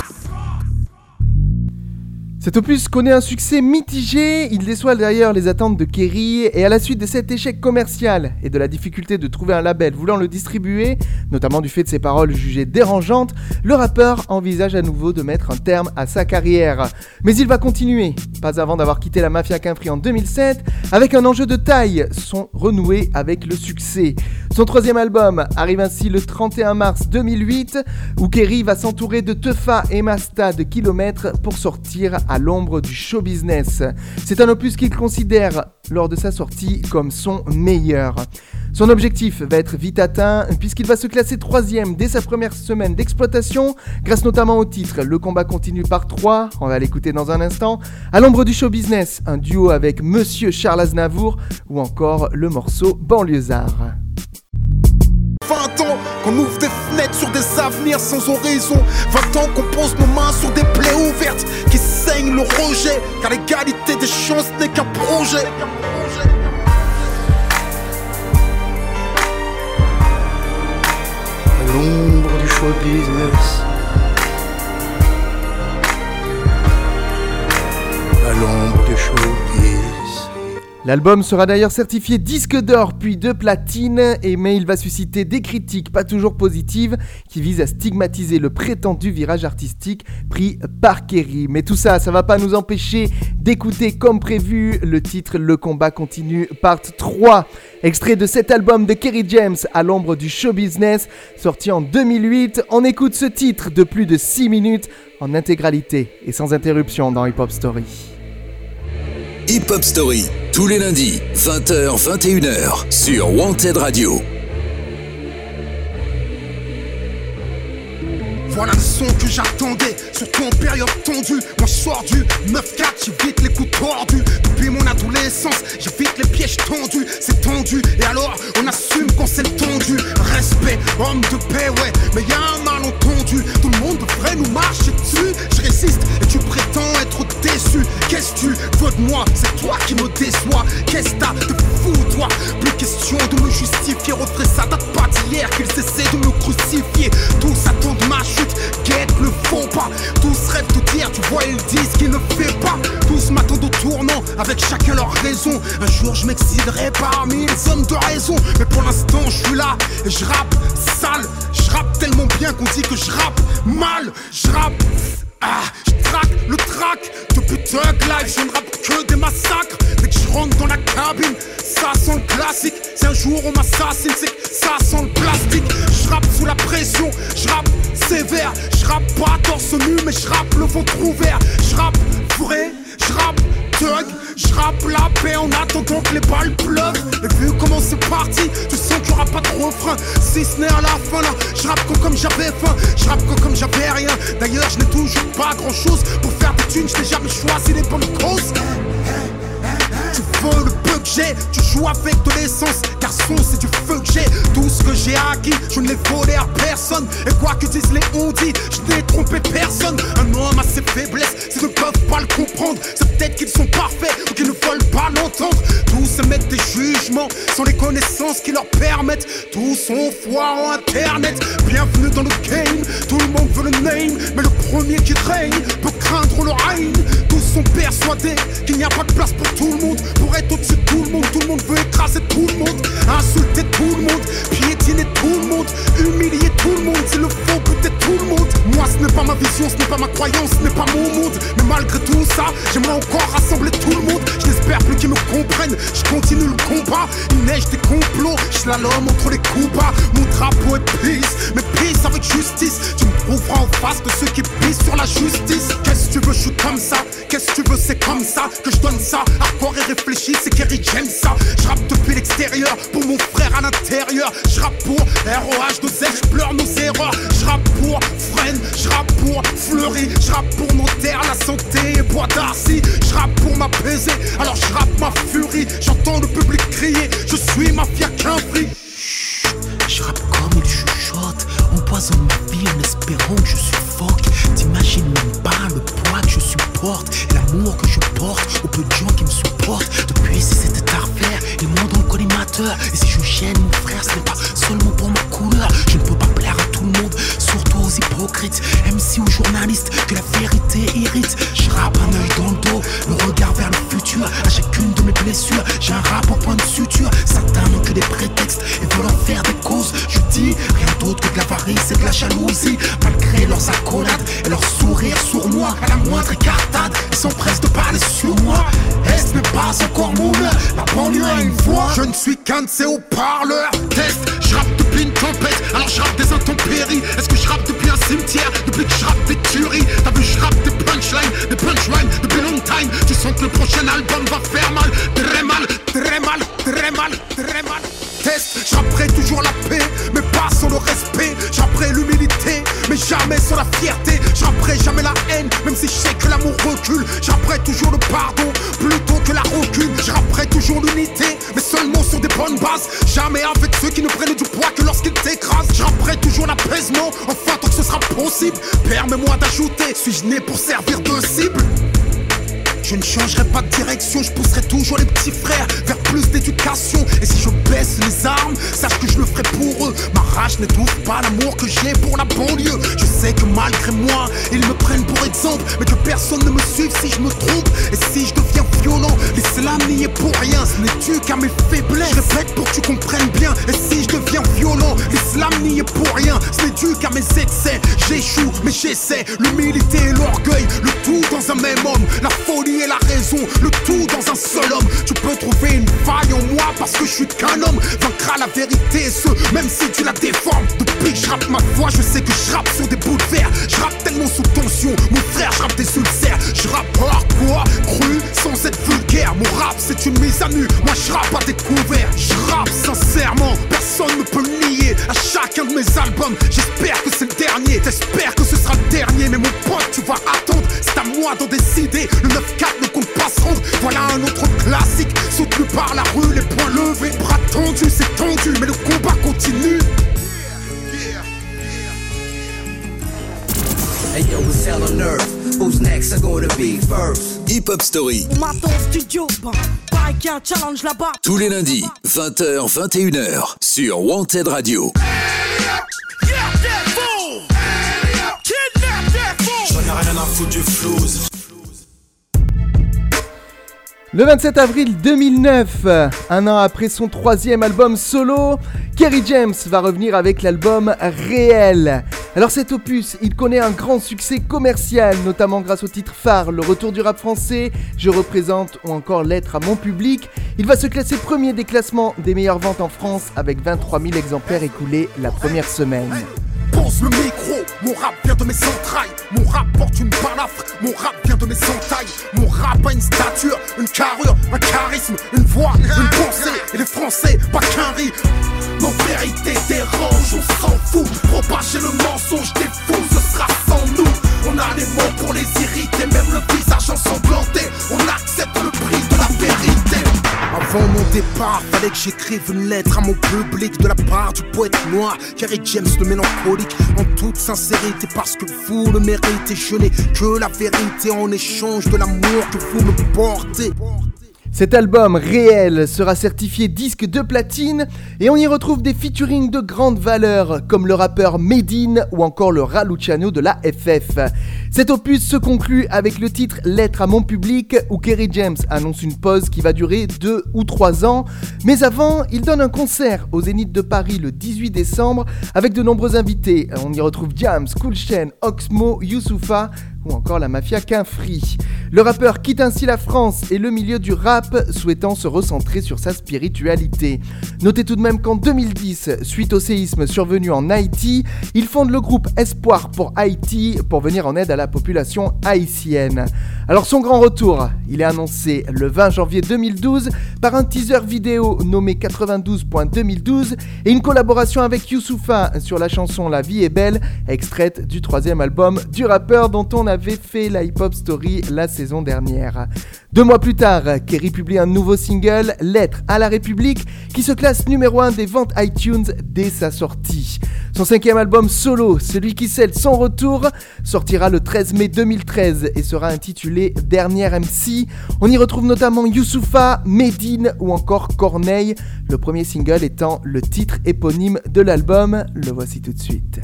Cet opus connaît un succès mitigé, il déçoit d'ailleurs les attentes de Kerry, et à la suite de cet échec commercial et de la difficulté de trouver un label voulant le distribuer, notamment du fait de ses paroles jugées dérangeantes, le rappeur envisage à nouveau de mettre un terme à sa carrière. Mais il va continuer, pas avant d'avoir quitté la Mafia Quinfri en 2007, avec un enjeu de taille, son renoué avec le succès. Son troisième album arrive ainsi le 31 mars 2008, où Kerry va s'entourer de Teufa et Masta de Kilomètres pour sortir à l'ombre du show business. C'est un opus qu'il considère, lors de sa sortie, comme son meilleur. Son objectif va être vite atteint, puisqu'il va se classer 3e dès sa première semaine d'exploitation, grâce notamment au titre Le combat continue par 3, on va l'écouter dans un instant, à l'ombre du show business, un duo avec Monsieur Charles Aznavour, ou encore le morceau Banlieusard. 20 ans qu'on ouvre des fenêtres sur des avenirs sans horizon. 20 ans qu'on pose nos mains sur des plaies ouvertes qui saignent le rejet, car l'égalité des chances n'est qu'un projet. À l'ombre du show business, à l'ombre du show business. L'album sera d'ailleurs certifié disque d'or puis de platine, mais il va susciter des critiques pas toujours positives qui visent à stigmatiser le prétendu virage artistique pris par Kerry. Mais tout ça, ça va pas nous empêcher d'écouter comme prévu le titre Le combat continue part 3, extrait de cet album de Kerry James à l'ombre du show business, sorti en 2008. On écoute ce titre de plus de 6 minutes en intégralité et sans interruption dans Hip Hop Story. Hip Hop Story, tous les lundis, 20h-21h, sur Wanted Radio. Voilà le son que j'attendais, surtout en période tendue. Moi je sors du 9-4, j'évite les coups tordus. Depuis mon adolescence, j'évite les pièges tendus. C'est tendu, et alors on assume qu'on s'est tendu. Respect, homme de paix, ouais, mais y'a un malentendu. Tout le monde devrait nous marcher dessus. Je résiste et tu prétends être déçu. Qu'est-ce que tu veux de moi? C'est toi qui me déçois. Qu'est-ce que t'as de fou, toi? Plus question de me justifier. Retrait, ça date pas d'hier qu'ils essaient de me crucifier. Tous attendent ma chute, guette le faux pas. Tous rêvent de dire, tu vois, ils disent qu'ils ne fait pas. Tous m'attendent au tournant, avec chacun leur raison. Un jour je m'exciderai parmi les hommes de raison. Mais pour l'instant je suis là et je rappe sale. Je rappe tellement bien qu'on dit que je rappe mal. Je rappe, je traque le track. Depuis Thug Life, je ne rappe que des massacres. Dès que je rentre dans la cabine, ça sent le classique. Si un jour on m'assassine, c'est que ça sent le plastique. Je rappe sous la pression, je rappe sévère. Je rappe pas torse nu, mais je rappe le ventre ouvert. Je rappe vrai, je rappe thug. Je rappe la paix en attendant que les balles pleuvent. Et vu comment c'est parti, tu sens qu'il y aura pas de refrain. Si ce n'est à la fin là, je rappe comme j'avais faim. Je rappe comme j'avais rien. D'ailleurs je n'ai toujours pas grand chose. Pour faire des thunes, je n'ai jamais choisi les bonnes causes. Tu veux le peu que j'ai, tu joues avec de l'essence. Garçon, c'est du feu que j'ai. Tout ce que j'ai acquis, je ne l'ai volé à personne. Et quoi que disent les on-dit, je n'ai trompé personne. Un homme a ses faiblesses, s'ils ne peuvent pas le comprendre, c'est peut-être qu'ils sont parfaits ou qu'ils ne veulent pas l'entendre. Tous émettent des jugements sans les connaissances qui leur permettent. Tous sont foire en internet. Bienvenue dans le game, tout le monde veut le name. Mais le premier qui règne peut craindre le règne. Tous sont persuadés qu'il n'y a pas de place pour tout le monde. Pour être au-dessus de tout le monde veut écraser tout le monde. Insulter tout le monde, piétiner tout le monde, humilier tout le monde, s'il le faut peut-être tout le monde. Moi ce n'est pas ma vision, ce n'est pas ma croyance, ce n'est pas mon monde. Mais malgré tout ça, j'aimerais encore rassembler tout le monde. Je n'espère plus qu'ils me comprennent, je continue le combat. Il neige des complots, je slalom entre les coups bas. Mon drapeau est peace, mais peace avec justice. Tu me trouveras en face de ceux qui pissent sur la justice. Qu'est-ce que tu veux, je suis comme ça. Qu'est-ce que tu veux, c'est comme ça que je donne ça. Hardcore et réfléchi, c'est Kerry James ça. Je rappe depuis l'extérieur pour mon frère à l'intérieur. Je rappe pour ROH2Z, je pleure nos erreurs. Je rappe pour Fren, je rappe pour Fleury. Je rappe pour nos terres, la santé et Bois d'Arcy. Je rappe pour m'apaiser, alors je rappe ma furie. J'entends le public crier, je suis Mafia Quinfri. Je rappe comme il chuchote, empoisonne ma vie en espérant que je suffoque. T'imagines même pas le poids que je supporte et l'amour que je porte aux peu de gens qui me supportent. Depuis si c'était tard imposteur. Et si je gêne mon frère, ce n'est pas seulement pour ma couleur. Je ne peux pas plaire à tout le monde, surtout aux hypocrites, MC ou journalistes, que la vérité irrite. Je rappe un œil dans le dos, le regard vers le futur. À chacune de mes blessures, j'ai un rap au point de suture. Certains n'ont que des prétextes et veulent en faire des causes. Je dis rien d'autre que de l'avarice et de la jalousie. Malgré leurs accolades et leurs sourires sournois, à la moindre écartade, ils s'empressent de parler sur moi. Est-ce n'est pas encore mon heure, la banlieue a une voix. Je ne suis qu'un de ces haut-parleurs. Test, je rappe depuis une tempête, alors je rappe des intempéries. Est-ce que je rappe depuis un cimetière, depuis que je rappe des tueries? T'as vu, je rappe des punchlines, des punchlines depuis long time. Tu sens que le prochain album va faire mal, très mal, très mal, très mal, très mal. Test, je rapperai toujours la paix, mais pas sans le respect. Je rapperai l'humilité, mais jamais sans la fierté. Je rapperai jamais la haine, même si je sais que l'amour recule. Je rapperai toujours le pardon, plutôt que la rancune. Je rapperai toujours l'unité, mais seulement sur des bonnes bases. Jamais avec ceux qui ne prennent du poids que lorsqu'ils t'écrasent. Je rapperai toujours l'apaisement, enfin tant que ce sera possible. Permets-moi d'ajouter, suis-je né pour servir de cible? Je ne changerai pas de direction, je pousserai toujours les petits frères vers plus d'éducation. Et si je baisse les armes, sache que je le ferai pour eux. Ma rage n'étouffe pas l'amour que j'ai pour la banlieue. Je sais que malgré moi, ils me prennent pour exemple, mais que personne ne me suive si je me trompe. Et si je deviens violent, l'islam n'y est pour rien, ce n'est dû qu'à mes faiblesses. Je répète pour que tu comprennes bien. Et si je deviens violent, l'islam n'y est pour rien, ce n'est dû qu'à mes excès. J'échoue, mais j'essaie, l'humilité et l'orgueil, le tout dans un même homme. La folie et la raison, le tout dans un seul homme. Tu peux trouver une faille en moi parce que je suis qu'un homme. Vaincra la vérité et ce, même si tu la déformes. Depuis que je rappe ma voix, je sais que je rappe sur des bouts de verre. Je rappe tellement sous tension, mon frère, je rappe des ulcères. Je rappe hardcore, cru, sans être vulgaire. Mon rap c'est une mise à nu, moi je rappe à découvert. Je rappe sincèrement, personne ne peut le nier. À chacun de mes albums, j'espère que c'est le dernier. T'espères que ce sera le dernier, mais mon pote tu vas attendre. C'est à moi d'en décider, le 9-4 ne compte pas se rendre. Voilà un autre classique, soutenu par la rue, les poings levés, bras tendus, c'est tendu, mais le combat continue. Hey yo, what's hell on earth? Who's next are gonna be first? Hip Hop Story. On m'attend au studio, pareil qu'il y a un challenge là-bas. Tous les lundis, 20h, 21h, sur Wanted Radio. J'en ai rien à foutre du flouze. Le 27 avril 2009, un an après son troisième album solo, Kerry James va revenir avec l'album Réel. Alors cet opus, il connaît un grand succès commercial, notamment grâce au titre phare, Le Retour du rap français, Je représente ou encore Lettre à mon public. Il va se classer premier des classements des meilleures ventes en France avec 23 000 exemplaires écoulés la première semaine. Pose le micro, mon rap vient de mes entrailles. Mon rap porte une balafre, mon rap vient de mes entailles. Mon rap a une stature, une carrure, un charisme, une voix, une pensée. Et les Français, pas qu'un riz. Nos vérités dérangent, on s'en fout. Propager le mensonge des fous, ce sera sans nous. On a les mots pour les irriter, même le visage ensanglanté. On accepte le prix de la vérité. Avant mon départ, fallait que j'écrive une lettre à mon public de la part du poète noir, Kerry James le mélancolique, en toute sincérité parce que vous le méritez. Je n'ai que la vérité en échange de l'amour que vous me portez. Cet album Réel sera certifié disque de platine et on y retrouve des featurings de grande valeur comme le rappeur Medine ou encore le Ra Luciano de la FF. Cet opus se conclut avec le titre Lettre à mon public où Kerry James annonce une pause qui va durer 2 ou 3 ans. Mais avant, il donne un concert au Zénith de Paris le 18 décembre avec de nombreux invités. On y retrouve Diams, Cool Chain, Oxmo, Youssoupha ou encore la mafia Quinfri. Le rappeur quitte ainsi la France et le milieu du rap, souhaitant se recentrer sur sa spiritualité. Notez tout de même qu'en 2010, suite au séisme survenu en Haïti, il fonde le groupe Espoir pour Haïti pour venir en aide à la population haïtienne. Alors son grand retour, il est annoncé le 20 janvier 2012 par un teaser vidéo nommé 92.2012 et une collaboration avec Youssoupha sur la chanson La vie est belle, extraite du 3e album du rappeur dont on a avait fait la Hip Hop Story la saison dernière. 2 mois plus tard, Kerry publie un nouveau single, Lettre à la République, qui se classe numéro 1 des ventes iTunes dès sa sortie. Son 5e album solo, celui qui scelle son retour, sortira le 13 mai 2013 et sera intitulé Dernière MC. On y retrouve notamment Youssoupha, Medine ou encore Corneille, le premier single étant le titre éponyme de l'album. Le voici tout de suite.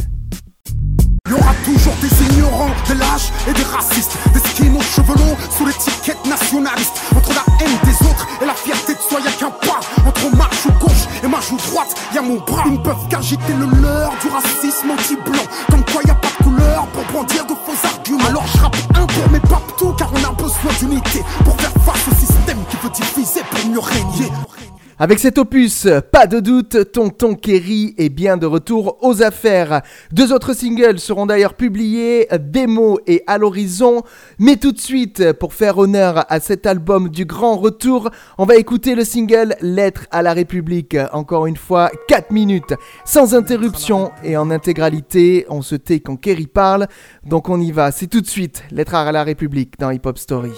Il y aura toujours des ignorants, des lâches et des racistes, des skinos cheveux longs sous l'étiquette nationaliste. Entre la haine des autres et la fierté de soi, y'a qu'un pas. Entre ma joue gauche et ma joue droite, y'a mon bras. Ils ne peuvent qu'agiter le leurre du racisme anti-blanc. Comme quoi y'a pas de couleur pour brandir de faux arguments. Alors je rappe un pour mes papetous, car on a besoin d'unité pour faire face au système qui veut diviser pour mieux régner. Avec cet opus, pas de doute, Tonton Kerry est bien de retour aux affaires. 2 autres singles seront d'ailleurs publiés, Démo et À l'horizon. Mais tout de suite, pour faire honneur à cet album du grand retour, on va écouter le single Lettre à la République. Encore une fois, 4 minutes, sans interruption et en intégralité. On se tait quand Kerry parle, donc on y va. C'est tout de suite, Lettre à la République dans Hip Hop Story.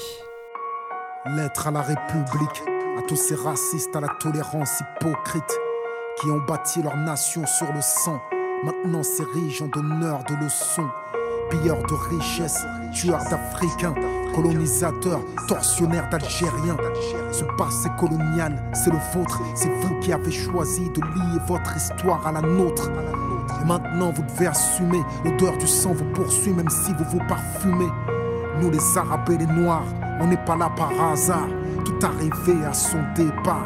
Lettre à la République. À tous ces racistes à la tolérance hypocrite qui ont bâti leur nation sur le sang, maintenant s'érigent en donneurs de leçons. Pilleurs de richesses, tueurs d'Africains, colonisateurs, tortionnaires d'Algériens. Ce passé colonial, c'est le vôtre, c'est vous qui avez choisi de lier votre histoire à la nôtre. Et maintenant vous devez assumer, l'odeur du sang vous poursuit même si vous vous parfumez. Nous les Arabes et les Noirs, on n'est pas là par hasard. Tout arrivé à son départ.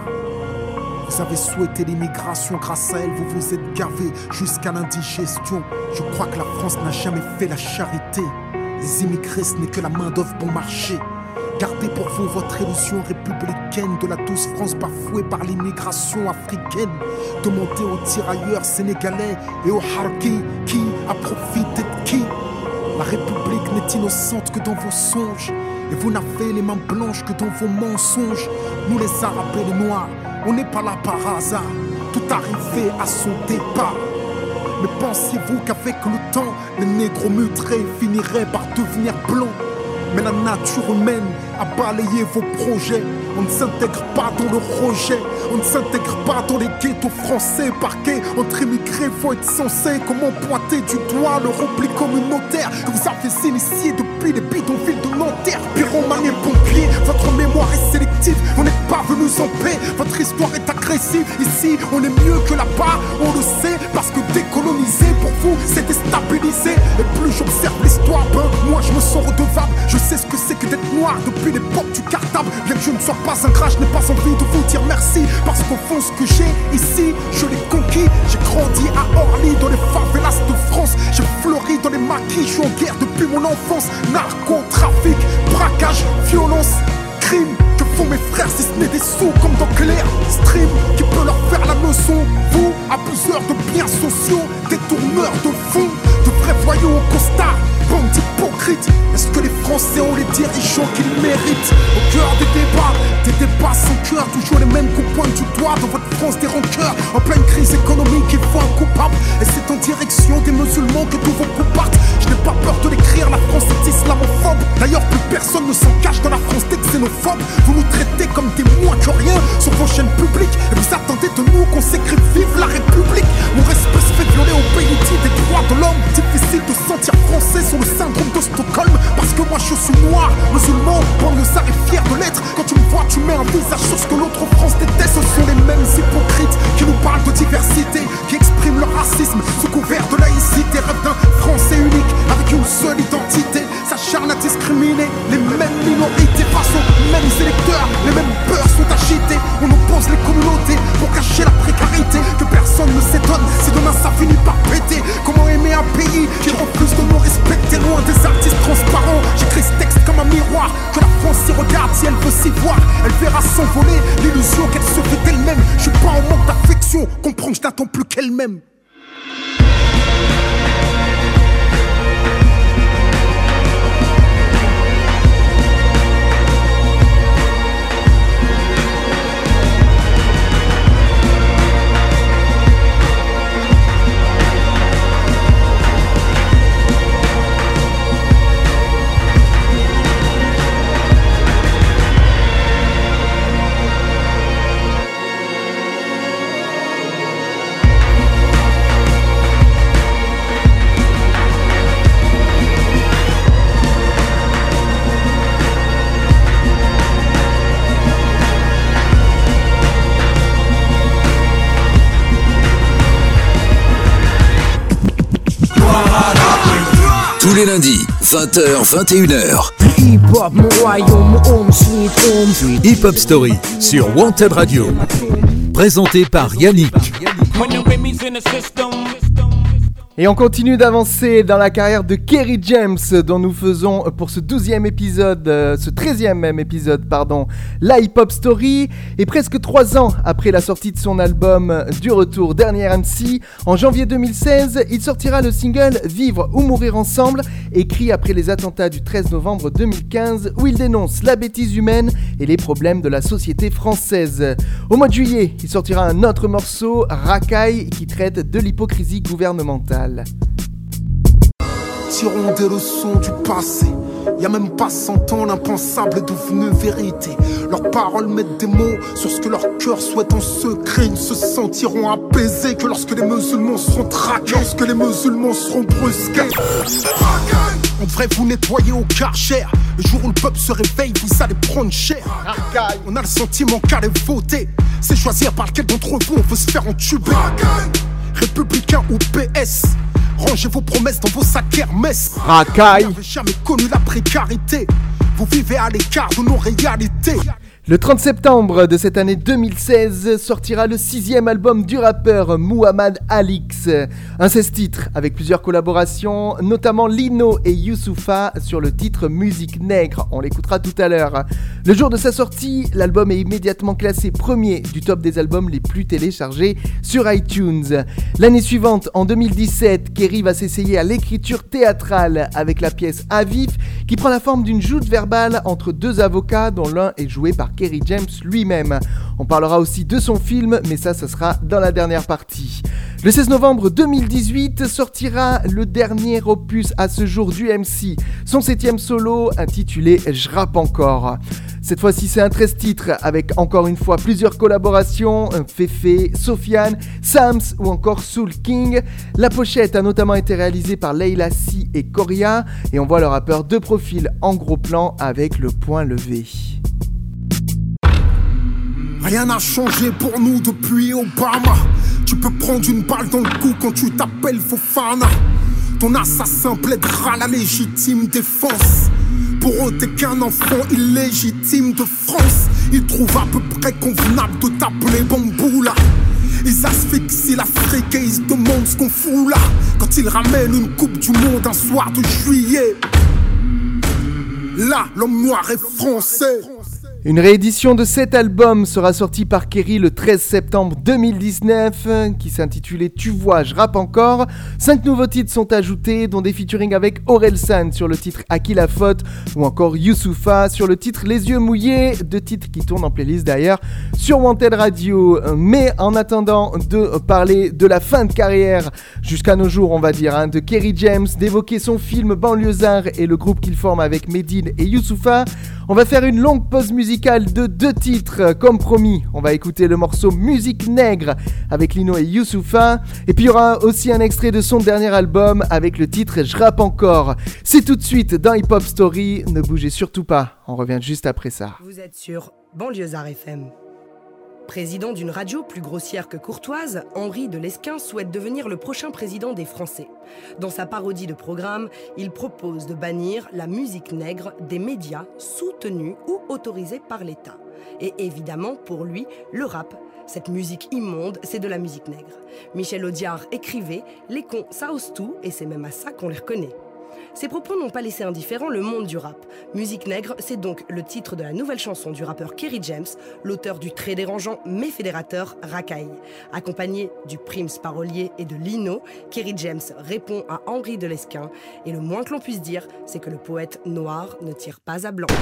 Vous avez souhaité l'immigration, grâce à elle vous vous êtes gavé jusqu'à l'indigestion. Je crois que la France n'a jamais fait la charité. Les immigrés ce n'est que la main d'œuvre bon marché. Gardez pour vous votre illusion républicaine de la douce France bafouée par l'immigration africaine. Demandez aux tirailleurs sénégalais et aux harkis qui a profité de qui. La République n'est innocente que dans vos songes. Et vous n'avez les mains blanches que dans vos mensonges. Nous les Arabes et les Noirs, on n'est pas là par hasard. Tout arrivé à son départ. Mais pensiez-vous qu'avec le temps, les négros mutrés finiraient par devenir blancs? Mais la nature humaine a balayé vos projets. On ne s'intègre pas dans le rejet. On ne s'intègre pas dans les ghettos français. Parqués entre immigrés, faut être censé. Comment pointer du doigt le repli communautaire que vous avez initié depuis les bidonvilles de Nanterre? Pyromane et pompiers, votre mémoire est sélective. On n'est pas venus en paix, votre histoire est agressive. Ici, on est mieux que là-bas, on le sait. Parce que décoloniser, pour vous, c'est déstabiliser. Et plus j'observe l'histoire, moi je me sens redevable. Je sais ce que c'est que d'être noir depuis l'époque du cartable. Bien que je ne sois pas ingrat, je n'ai pas envie de vous dire merci. Parce qu'au fond ce que j'ai ici, je l'ai conquis. J'ai grandi à Orly, dans les favelas de France. J'ai fleuri dans les maquis, je suis en guerre depuis mon enfance. Narcotrafic, braquage, violence, crime. Que font mes frères si ce n'est des sous comme dans Clair Stream? Qui peut leur faire la leçon? Vous, abuseurs de biens sociaux, détourneurs de fonds, de vrais voyous au costard, bande d'hypocrites. Est-ce que les Français ont les dirigeants qu'ils méritent? Au cœur des débats sans cœur, toujours les mêmes coups pointent du doigt dans votre France des rancœurs. En pleine crise économique, il faut un coupable. Et c'est en direction des musulmans que tous vos coups partent. Je n'ai pas peur de l'écrire, la France est islamophobe. D'ailleurs, plus personne ne s'en cache dans la France des xénophobes. Vous nous traitez comme des moins que rien sur vos chaînes publiques. Et vous attendez de nous qu'on s'écrive vive la République. Mon respect se fait violer au pays dit des droits de l'homme. Difficile de sentir français sur le syndrome de Stockholm. Parce que moi je suis noir, musulman, banlieusard et fier de l'être. Quand tu me vois, tu mets un visage sur ce que l'autre France déteste. Ce sont les mêmes hypocrites qui nous parlent de diversité, qui expriment leur racisme sous couvert de laïcité. Rêve d'un français unique avec une seule identité. S'acharne à discriminer les mêmes minorités face aux mêmes électeurs. Les mêmes peurs sont agités. On oppose les communautés pour cacher la précarité. Que personne ne s'étonne si demain ça finit par péter. Comment aimer un pays qui refuse de nous respecter? Loin des artistes transparents, j'écris ce texte comme un miroir. Que la France s'y regarde si elle veut s'y voir. Elle verra s'envoler l'illusion qu'elle se fait d'elle-même. Je suis pas en manque d'affection, comprends que je n'attends plus qu'elle-même. les lundis, 20h, 21h. Hip-hop, mon royaume, mon home, sweet home, sweet. Hip Hop Story sur Wanted Radio. Présenté par Yannick. Et on continue d'avancer dans la carrière de Kerry James, dont nous faisons pour ce 12e épisode, ce 13e même épisode, pardon, la Hip Hop Story. Et presque 3 ans après la sortie de son album Du Retour, Dernier MC, en janvier 2016, il sortira le single Vivre ou Mourir Ensemble, écrit après les attentats du 13 novembre 2015, où il dénonce la bêtise humaine et les problèmes de la société française. Au mois de juillet, il sortira un autre morceau, Racaille, qui traite de l'hypocrisie gouvernementale. Tirons des leçons du passé. Y'a même pas 100 ans, l'impensable est devenu vérité. Leurs paroles mettent des mots sur ce que leur cœur souhaite en secret. Ils ne se sentiront apaisés que lorsque les musulmans seront traqués, lorsque les musulmans seront brusqués. On devrait vous nettoyer au Karcher. Le jour où le peuple se réveille, vous allez prendre cher. On a le sentiment qu'aller voter, c'est choisir par lequel d'entre vous on veut se faire entuber. Républicain ou PS, rangez vos promesses dans vos sacs Hermès. Racaille. Vous n'avez jamais connu la précarité, vous vivez à l'écart de nos réalités. Le 30 septembre de cette année 2016 sortira le 6e album du rappeur Muhammad Alix. Un 16 titres avec plusieurs collaborations, notamment Lino et Youssoupha sur le titre Musique Nègre. On l'écoutera tout à l'heure. Le jour de sa sortie, l'album est immédiatement classé premier du top des albums les plus téléchargés sur iTunes. L'année suivante, en 2017, Kerry va s'essayer à l'écriture théâtrale avec la pièce À Vif, qui prend la forme d'une joute verbale entre deux avocats dont l'un est joué par Kerry James lui-même. On parlera aussi de son film, mais ça sera dans la dernière partie. Le 16 novembre 2018 sortira le dernier opus à ce jour du MC, son 7e solo intitulé Je rappe encore. Cette fois-ci, c'est un 13 titres avec encore une fois plusieurs collaborations, Féfé, Sofiane, Sams ou encore Soul King. La pochette a notamment été réalisée par Leila Si et Coria et on voit le rappeur de profil en gros plan avec le poing levé. Rien n'a changé pour nous depuis Obama. Tu peux prendre une balle dans le cou quand tu t'appelles Fofana. Ton assassin plaidera la légitime défense. Pour eux t'es qu'un enfant illégitime de France. Ils trouvent à peu près convenable de t'appeler Bamboula. Ils asphyxient l'Afrique et ils se demandent ce qu'on fout là. Quand ils ramènent une coupe du monde un soir de juillet. Là, l'homme noir est français. Une réédition de cet album sera sortie par Kerry le 13 septembre 2019, qui s'intitulait Tu vois, je rappe encore. 5 nouveaux titres sont ajoutés, dont des featuring avec Orelsan sur le titre À qui la faute, ou encore Youssoupha sur le titre Les yeux mouillés, 2 titres qui tournent en playlist d'ailleurs sur Wanted Radio. Mais en attendant de parler de la fin de carrière, jusqu'à nos jours on va dire, de Kerry James, d'évoquer son film Banlieusard et le groupe qu'il forme avec Medine et Youssoupha, on va faire une longue pause musicale de 2 titres. Comme promis, on va écouter le morceau Musique Nègre avec Lino et Youssoupha. Et puis il y aura aussi un extrait de son dernier album avec le titre Je rappe encore. C'est tout de suite dans Hip Hop Story. Ne bougez surtout pas, on revient juste après ça. Vous êtes sur Banlieusard FM. Président d'une radio plus grossière que courtoise, Henri de Lesquen souhaite devenir le prochain président des Français. Dans sa parodie de programme, il propose de bannir la musique nègre des médias soutenus ou autorisés par l'État. Et évidemment, pour lui, le rap, cette musique immonde, c'est de la musique nègre. Michel Audiard écrivait « Les cons, ça ose tout » et c'est même à ça qu'on les reconnaît. Ces propos n'ont pas laissé indifférent le monde du rap. Musique Nègre, c'est donc le titre de la nouvelle chanson du rappeur Kerry James, l'auteur du très dérangeant mais fédérateur Racaille. Accompagné du Prims parolier et de Lino, Kerry James répond à Henri de Lesquen et le moins que l'on puisse dire, c'est que le poète noir ne tire pas à blanc.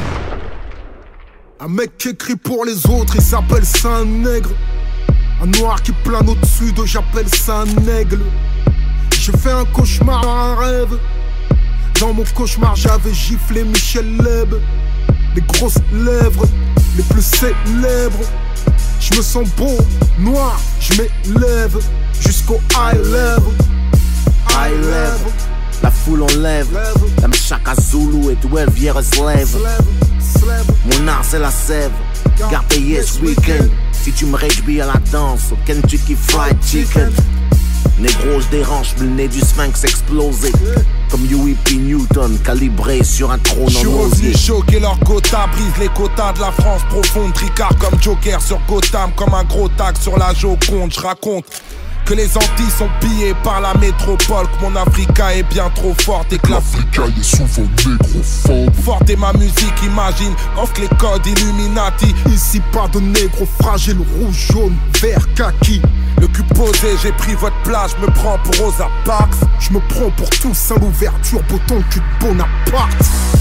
Un mec qui écrit pour les autres, il s'appelle ça un nègre. Un noir qui plane au-dessus de j'appelle ça un aigle. J'ai fait un cauchemar, un rêve. Dans mon cauchemar j'avais giflé Michel Leb. Les grosses lèvres, les plus célèbres. Je me sens beau, noir, je m'élève jusqu'au high level. High level, la foule en lève. La Mchaka Zulu et 12 vieilles slave. Mon art c'est la sève, garde yes weekend. Si tu me réjouis à la danse, au Kentucky Fried Chicken. Négro, je dérange, le nez du sphinx explosé. Comme U.E.P. Newton, calibré sur un trône en osier. Je suis revenu choquer leur quota, brise les quotas de la France profonde. Tricard comme Joker sur Gotham, comme un gros tag sur la Joconde. Je raconte que les Antilles sont pillées par la métropole, que mon Africa est bien trop forte et que l'Africa est souvent négrophobe. Forte est ma musique, imagine, offre les codes Illuminati. Ici pas de négro fragile, rouge, jaune, vert, kaki. Le cul posé, j'ai pris votre place, je me prends pour Rosa Parks. Je me prends pour tous à l'ouverture, beau cul de Bonaparte.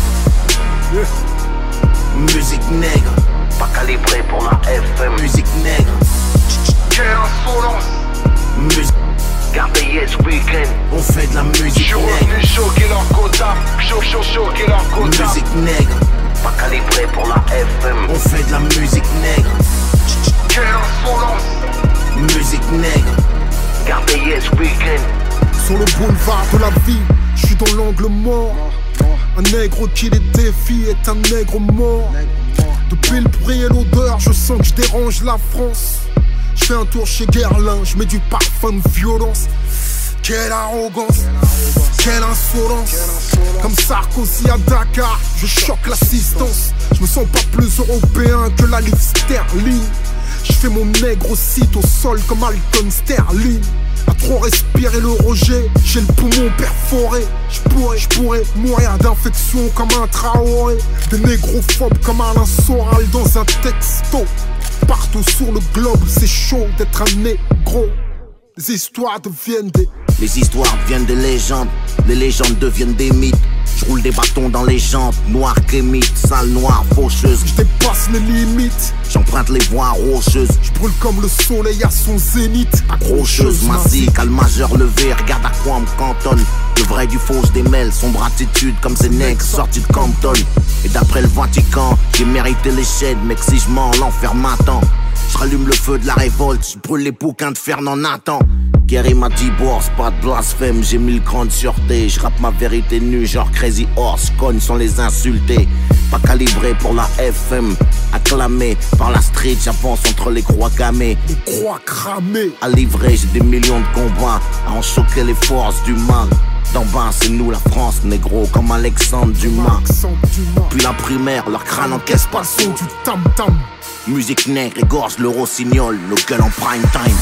Musique nègre, pas calibrée pour la FM. Musique nègre, quelle insolence. Musique, Gardez ce week-end, on fait de la musique nègre. Je suis revenu choquer leur quota, choquer leur quota. Musique nègre, pas calibrée pour la FM. On fait de la musique nègre. Quelle insolence. Musique nègre, Gardez ce week-end. Sur le boulevard de la vie, je suis dans l'angle mort. Un nègre qui les défie est un nègre mort. Depuis le bruit et l'odeur, je sens que je dérange la France. Je fais un tour chez Guerlain, je mets du parfum de violence. Quelle arrogance, quelle insolence. Comme Sarkozy à Dakar, je choque l'assistance. Je me sens pas plus européen que la livre sterling. Je fais mon nègre au site au sol comme Alton Sterling. À trop respirer le rejet, j'ai le poumon perforé. Je pourrais mourir d'infection comme un Traoré. Des négrophobes comme Alain Soral dans un texto. Partout sur le globe, c'est chaud d'être un négro. Les histoires deviennent des... Les histoires deviennent des légendes. Les légendes deviennent des mythes. Je roule des bâtons dans les jantes. Noir kémite, sale noire, faucheuse. Je dépasse les limites. J'emprunte les voies rocheuses. Je brûle comme le soleil à son zénith. Accrocheuse, massique, à le majeur levé. Regarde à quoi on me cantonne. Le vrai du faux, je démêle. Sombre attitude comme ces nègres sortis de Compton. Et d'après le Vatican, j'ai mérité les shades. Mec, si je mens, l'enfer m'attend. Je rallume le feu de la révolte. Je brûle les bouquins de Fernand Nathan. Kerry m'a dit bourse, pas de blasphème. J'ai mis le cran de sûreté. Je rappe ma vérité nue, genre Crazy Horse. Cogne sans les insulter. Pas calibré pour la FM. Acclamé par la street, j'avance entre les croix gammées. Les croix cramées. À livrer, j'ai des millions de combats. À en choquer les forces du mal. D'en bas, c'est nous la France, négro, comme Alexandre Dumas. Puis la primaire, leur crâne encaisse pas le son du tam-tam. Musique nègre, égorge le rossignol, nos gueules en prime time.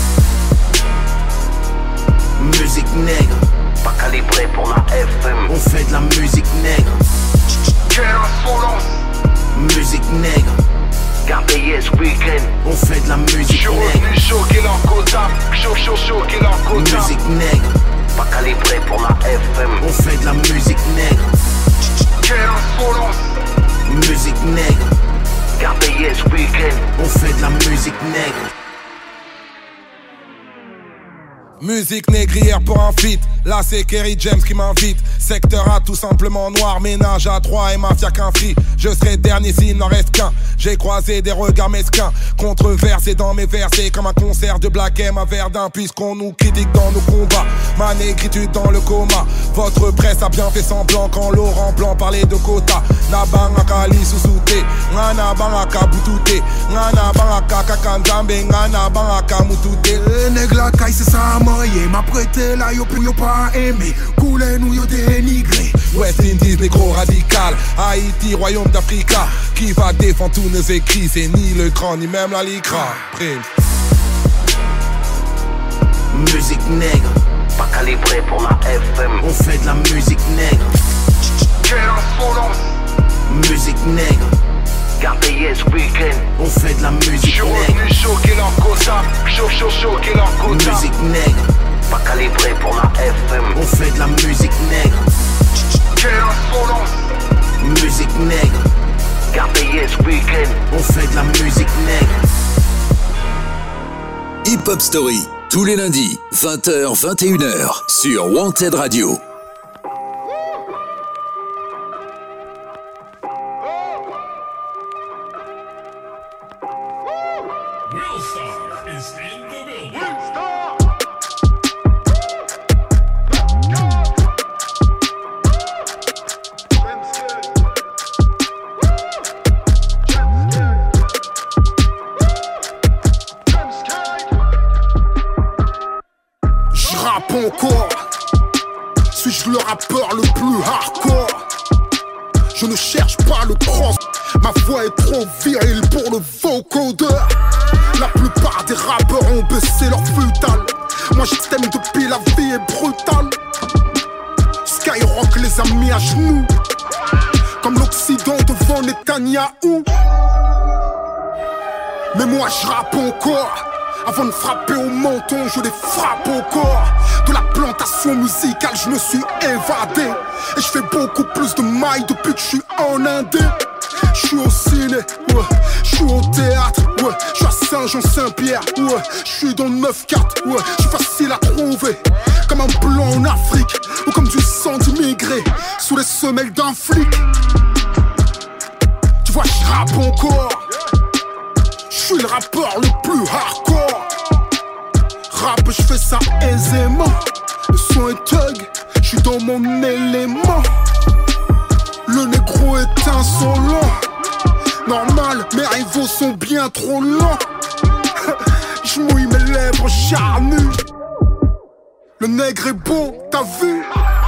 Musique nègre, pas calibrée pour la FM. On fait de la musique nègre. Quelle insolence. Musique nègre, Gardez ce week-end. On fait de la musique nègre. Je suis revenu choquer leur quota, choquer leur quota. Musique nègre, pas calibrée pour la FM. On fait de la musique nègre. Quelle insolence. Musique nègre, Gardez ce week-end. On fait de la musique nègre. Musique négrière pour un feat. Là c'est Kerry James qui m'invite. Secteur A tout simplement noir. Ménage à 3 et mafia qu'un free. Je serai dernier s'il n'en reste qu'un. J'ai croisé des regards mesquins. Controversés dans mes versets. Comme un concert de Black M à Verdun. Puisqu'on nous critique dans nos combats. Ma négritude dans le coma. Votre presse a bien fait semblant. Quand Laurent Blanc parlait de quota. Nabangaka li susute. Ngana bangaka butute. Ngana bangaka kakanzambe. Ngana bangaka mutute. Nègla kai c'est ça. M'a prêté là yo pour yo pas aimé. Coulé nous yo dénigré. West Indies négro radical. Haïti royaume d'Africa. Qui va défendre tous nos écrits. C'est ni le grand ni même la licra. Prime. Musique nègre, pas calibrée pour la FM. On fait de la musique nègre. Quelle insolence. Musique nègre, Gardez ce week-end. On fait de la musique nègre. Je suis revenu choquer leur quota, choquer leur quota. Musique nègre, pas calibrée pour la FM. On fait de la musique nègre. Quelle insolence. Musique nègre, Gardez ce week-end. On fait de la musique nègre. Hip Hop Story, tous les lundis, 20h, 21h, sur Wanted Radio. rappe encore? Suis-je le rappeur le plus hardcore? Je ne cherche pas le cross, ma voix est trop virile pour le vocodeur. La plupart des rappeurs ont baissé leur futal. Moi je t'aime depuis la vie est brutale. Skyrock les a mis à genoux, comme l'Occident devant Netanyahou. Mais moi je rappe encore. Avant de frapper au menton, je les frappe au corps. De la plantation musicale, je me suis évadé. Et je fais beaucoup plus de mailles depuis que je suis en Indé. Je suis au ciné, ouais. Je suis au théâtre, ouais. Je suis à Saint-Jean-Saint-Pierre, ouais. Je suis dans le 9-4, ouais. Je suis facile à trouver, comme un blanc en Afrique, ou comme du sang d'immigré sous les semelles d'un flic. Tu vois, je rappe encore. Je suis le rappeur le plus hardcore. Rap, je fais ça aisément. Le son est thug, je suis dans mon élément. Le négro est insolent. Normal, mes rivaux sont bien trop lents. Je mouille mes lèvres charnues. Le nègre est beau, t'as vu?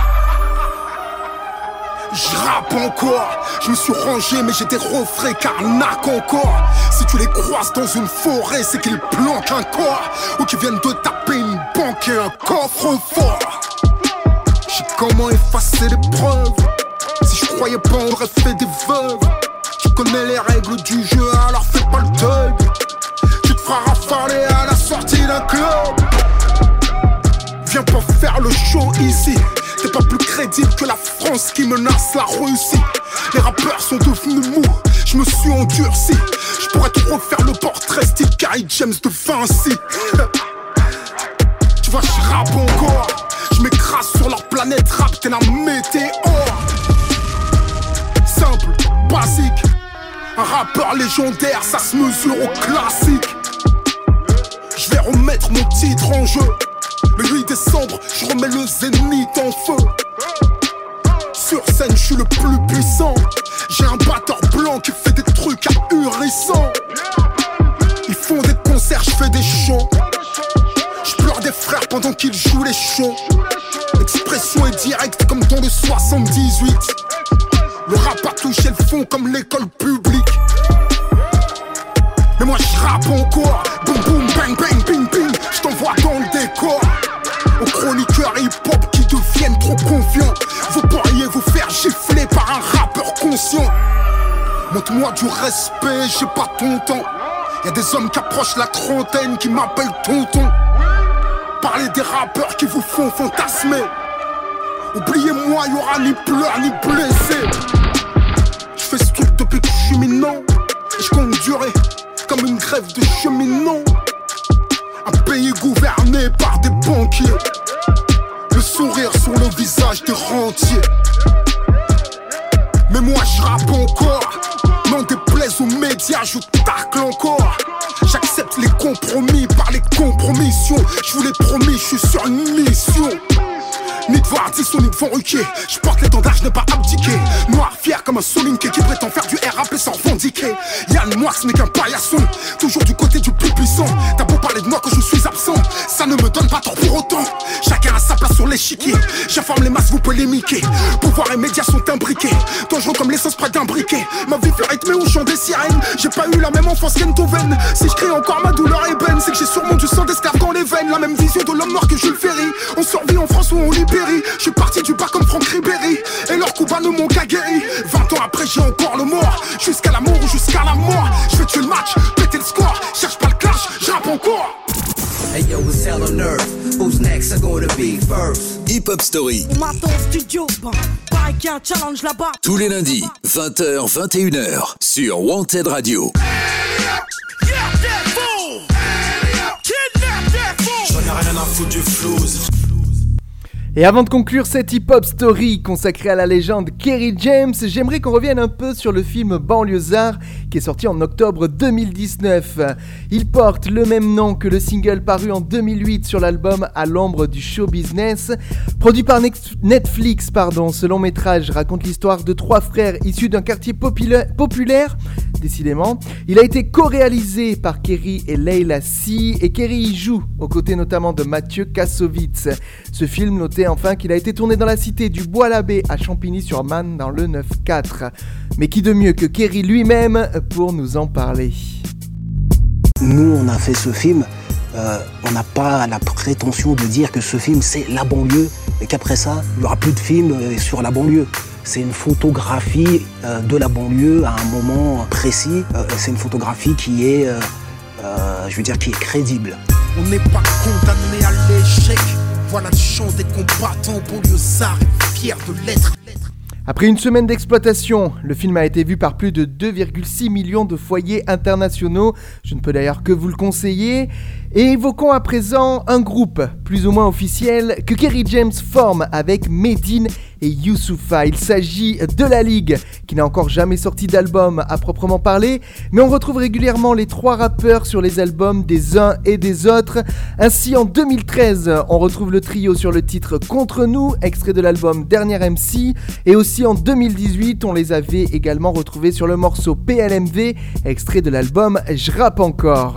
Je rappe encore, je me suis rangé mais j'ai des refrains carnac encore. Si tu les croises dans une forêt, c'est qu'ils planquent un corps, ou qu'ils viennent de taper une banque et un coffre-fort. J'ai comment effacer les preuves. Si je croyais pas on aurait fait des veuves. Tu connais les règles du jeu alors fais pas le thug. Tu te feras rafaler à la sortie d'un club. Viens pas faire le show ici. T'es pas plus crédible que la France qui menace la Russie. Les rappeurs sont devenus mous, je me suis endurci. Je pourrais te refaire le portrait style Kerry James de Vinci. Tu vois, je rappe encore. Je m'écrase sur leur planète rap, t'es la météore. Simple, basique. Un rappeur légendaire, ça se mesure au classique. Je vais remettre mon titre en jeu. Le 8 décembre, je remets le zénith en feu. Sur scène, je suis le plus puissant. J'ai un batteur blanc qui fait des trucs ahurissants. Ils font des concerts, je fais des shows. Je pleure des frères pendant qu'ils jouent les shows. L'expression est directe comme dans le 78. Le rap a touché le fond comme l'école publique. Mais moi je rappe encore. Boum boum bang bang ping ping. Je t'envoie dans le décor. Aux chroniqueurs hip-hop qui deviennent trop confiants. Vous pourriez vous faire gifler par un rappeur conscient. Montre-moi du respect, j'ai pas ton temps. Y'a des hommes qui approchent la trentaine qui m'appellent tonton. Parlez des rappeurs qui vous font fantasmer. Oubliez-moi, y'aura ni pleurs ni blessés. J'fais ce truc depuis que j'suis minant. Et j'compte durer comme une grève de cheminot. Un pays gouverné par des banquiers. Le sourire sur le visage des rentiers. Mais moi je rappe encore. N'en déplaise aux médias, je tacle encore. J'accepte les compromis par les compromissions. Je vous l'ai promis, je suis sur une mission. Ni de voir Ardisson, ni de Van Ruquier. Je porte l'étendard, je n'ai pas abdiqué. Noir, fier comme un Solinké qui prétend faire du RAP sans revendiquer. Yann, moi ce n'est qu'un paillasson. Toujours du côté du plus puissant. T'as beau parler de moi quand je suis absent, ça ne me donne pas tort pour autant. Chacun a sa place sur l'échiquier. J'informe les masses, vous polémiquez. Pouvoir et médias sont imbriqués. Dangereux comme l'essence près d'un briquet. Ma vie fait rythmer au chant des sirènes. J'ai pas eu la même enfance qu'Enthoven. Si je crie encore ma douleur ébène, c'est que j'ai sûrement du sang d'esclave dans les veines. La même vision de l'homme noir que Jules Ferry. On survit en France ou on libère. Je suis parti du bas comme Franck Ribéry. Et leurs coups bas ne m'ont qu'à guéri. 20 ans après j'ai encore le mort. Jusqu'à l'amour ou jusqu'à la mort. Je vais tuer le match, péter le score. Cherche pas le clash, je rappe encore. Hey yo, it's hell on earth. Who's next are gonna be first? Hip Hop Story. On m'attend au studio, pareil qu'il y a un challenge là-bas. Tous les lundis, 20h, 21h, sur Wanted Radio. J'en ai rien à foutre du flouze. Et avant de conclure cette hip-hop story consacrée à la légende Kerry James, j'aimerais qu'on revienne un peu sur le film Banlieusard qui est sorti en octobre 2019. Il porte le même nom que le single paru en 2008 sur l'album À l'ombre du show business. Produit par Netflix, ce long métrage raconte l'histoire de trois frères issus d'un quartier populaire décidément. Il a été co-réalisé par Kerry et Leila C, et Kerry y joue, aux côtés notamment de Mathieu Kassovitz. Ce film, notez enfin qu'il a été tourné dans la cité du Bois-l'Abbé à Champigny-sur-Marne dans le 9-4. Mais qui de mieux que Kerry lui-même pour nous en parler? Nous, on a fait ce film, on n'a pas la prétention de dire que ce film c'est la banlieue et qu'après ça, il n'y aura plus de films sur la banlieue. C'est une photographie de la banlieue à un moment précis. C'est une photographie qui est, qui est crédible. On n'est pas condamné à l'échec. Voilà le chant des combattants banlieusards et fiers de l'être. Après une semaine d'exploitation, le film a été vu par plus de 2,6 millions de foyers internationaux. Je ne peux d'ailleurs que vous le conseiller. Et évoquons à présent un groupe, plus ou moins officiel, que Kerry James forme avec Medine et Youssoupha. Il s'agit de La Ligue, qui n'a encore jamais sorti d'album à proprement parler, mais on retrouve régulièrement les trois rappeurs sur les albums des uns et des autres. Ainsi, en 2013, on retrouve le trio sur le titre Contre nous, extrait de l'album Dernier MC, et aussi en 2018, on les avait également retrouvés sur le morceau PLMV, extrait de l'album J'rappe encore.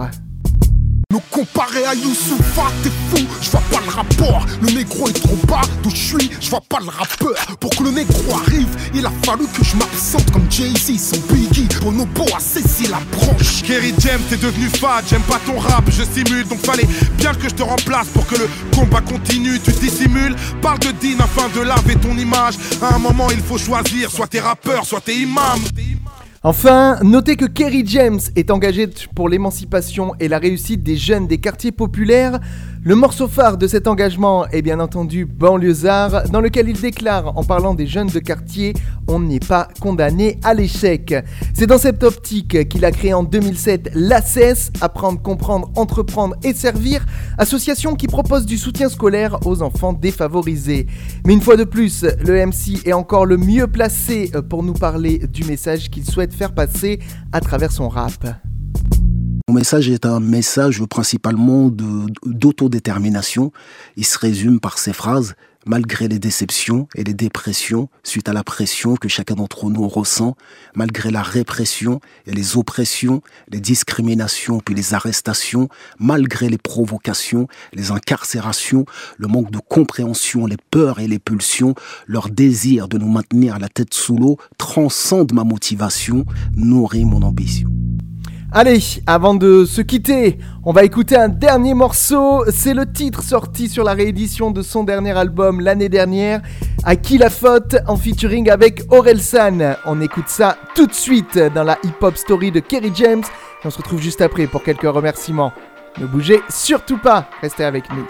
Me comparer à Youssoupha, t'es fou, je vois pas le rapport. Le négro est trop bas, d'où je suis, je vois pas le rappeur. Pour que le négro arrive, il a fallu que je m'absente comme Jay-Z, son Biggie. Bonobo a saisi la branche. Kerry James, t'es devenu fade, j'aime pas ton rap, je simule. Donc fallait bien que je te remplace pour que le combat continue. Tu dissimules, parle de Dean afin de laver ton image. À un moment il faut choisir, soit t'es rappeur, soit t'es imam. Enfin, notez que Kerry James est engagé pour l'émancipation et la réussite des jeunes des quartiers populaires. Le morceau phare de cet engagement est bien entendu Banlieusard, dans lequel il déclare, en parlant des jeunes de quartier, on n'est pas condamné à l'échec. C'est dans cette optique qu'il a créé en 2007 l'ACES, Apprendre, Comprendre, Entreprendre et Servir, association qui propose du soutien scolaire aux enfants défavorisés. Mais une fois de plus, le MC est encore le mieux placé pour nous parler du message qu'il souhaite faire passer à travers son rap. Mon message est un message principalement d'autodétermination. Il se résume par ces phrases. Malgré les déceptions et les dépressions, suite à la pression que chacun d'entre nous ressent, malgré la répression et les oppressions, les discriminations puis les arrestations, malgré les provocations, les incarcérations, le manque de compréhension, les peurs et les pulsions, leur désir de nous maintenir la tête sous l'eau transcende ma motivation, nourrit mon ambition. Allez, avant de se quitter, on va écouter un dernier morceau. C'est le titre sorti sur la réédition de son dernier album l'année dernière, À qui la faute, en featuring avec Orelsan. On écoute ça tout de suite dans la hip-hop story de Kerry James. Et on se retrouve juste après pour quelques remerciements. Ne bougez surtout pas, restez avec nous.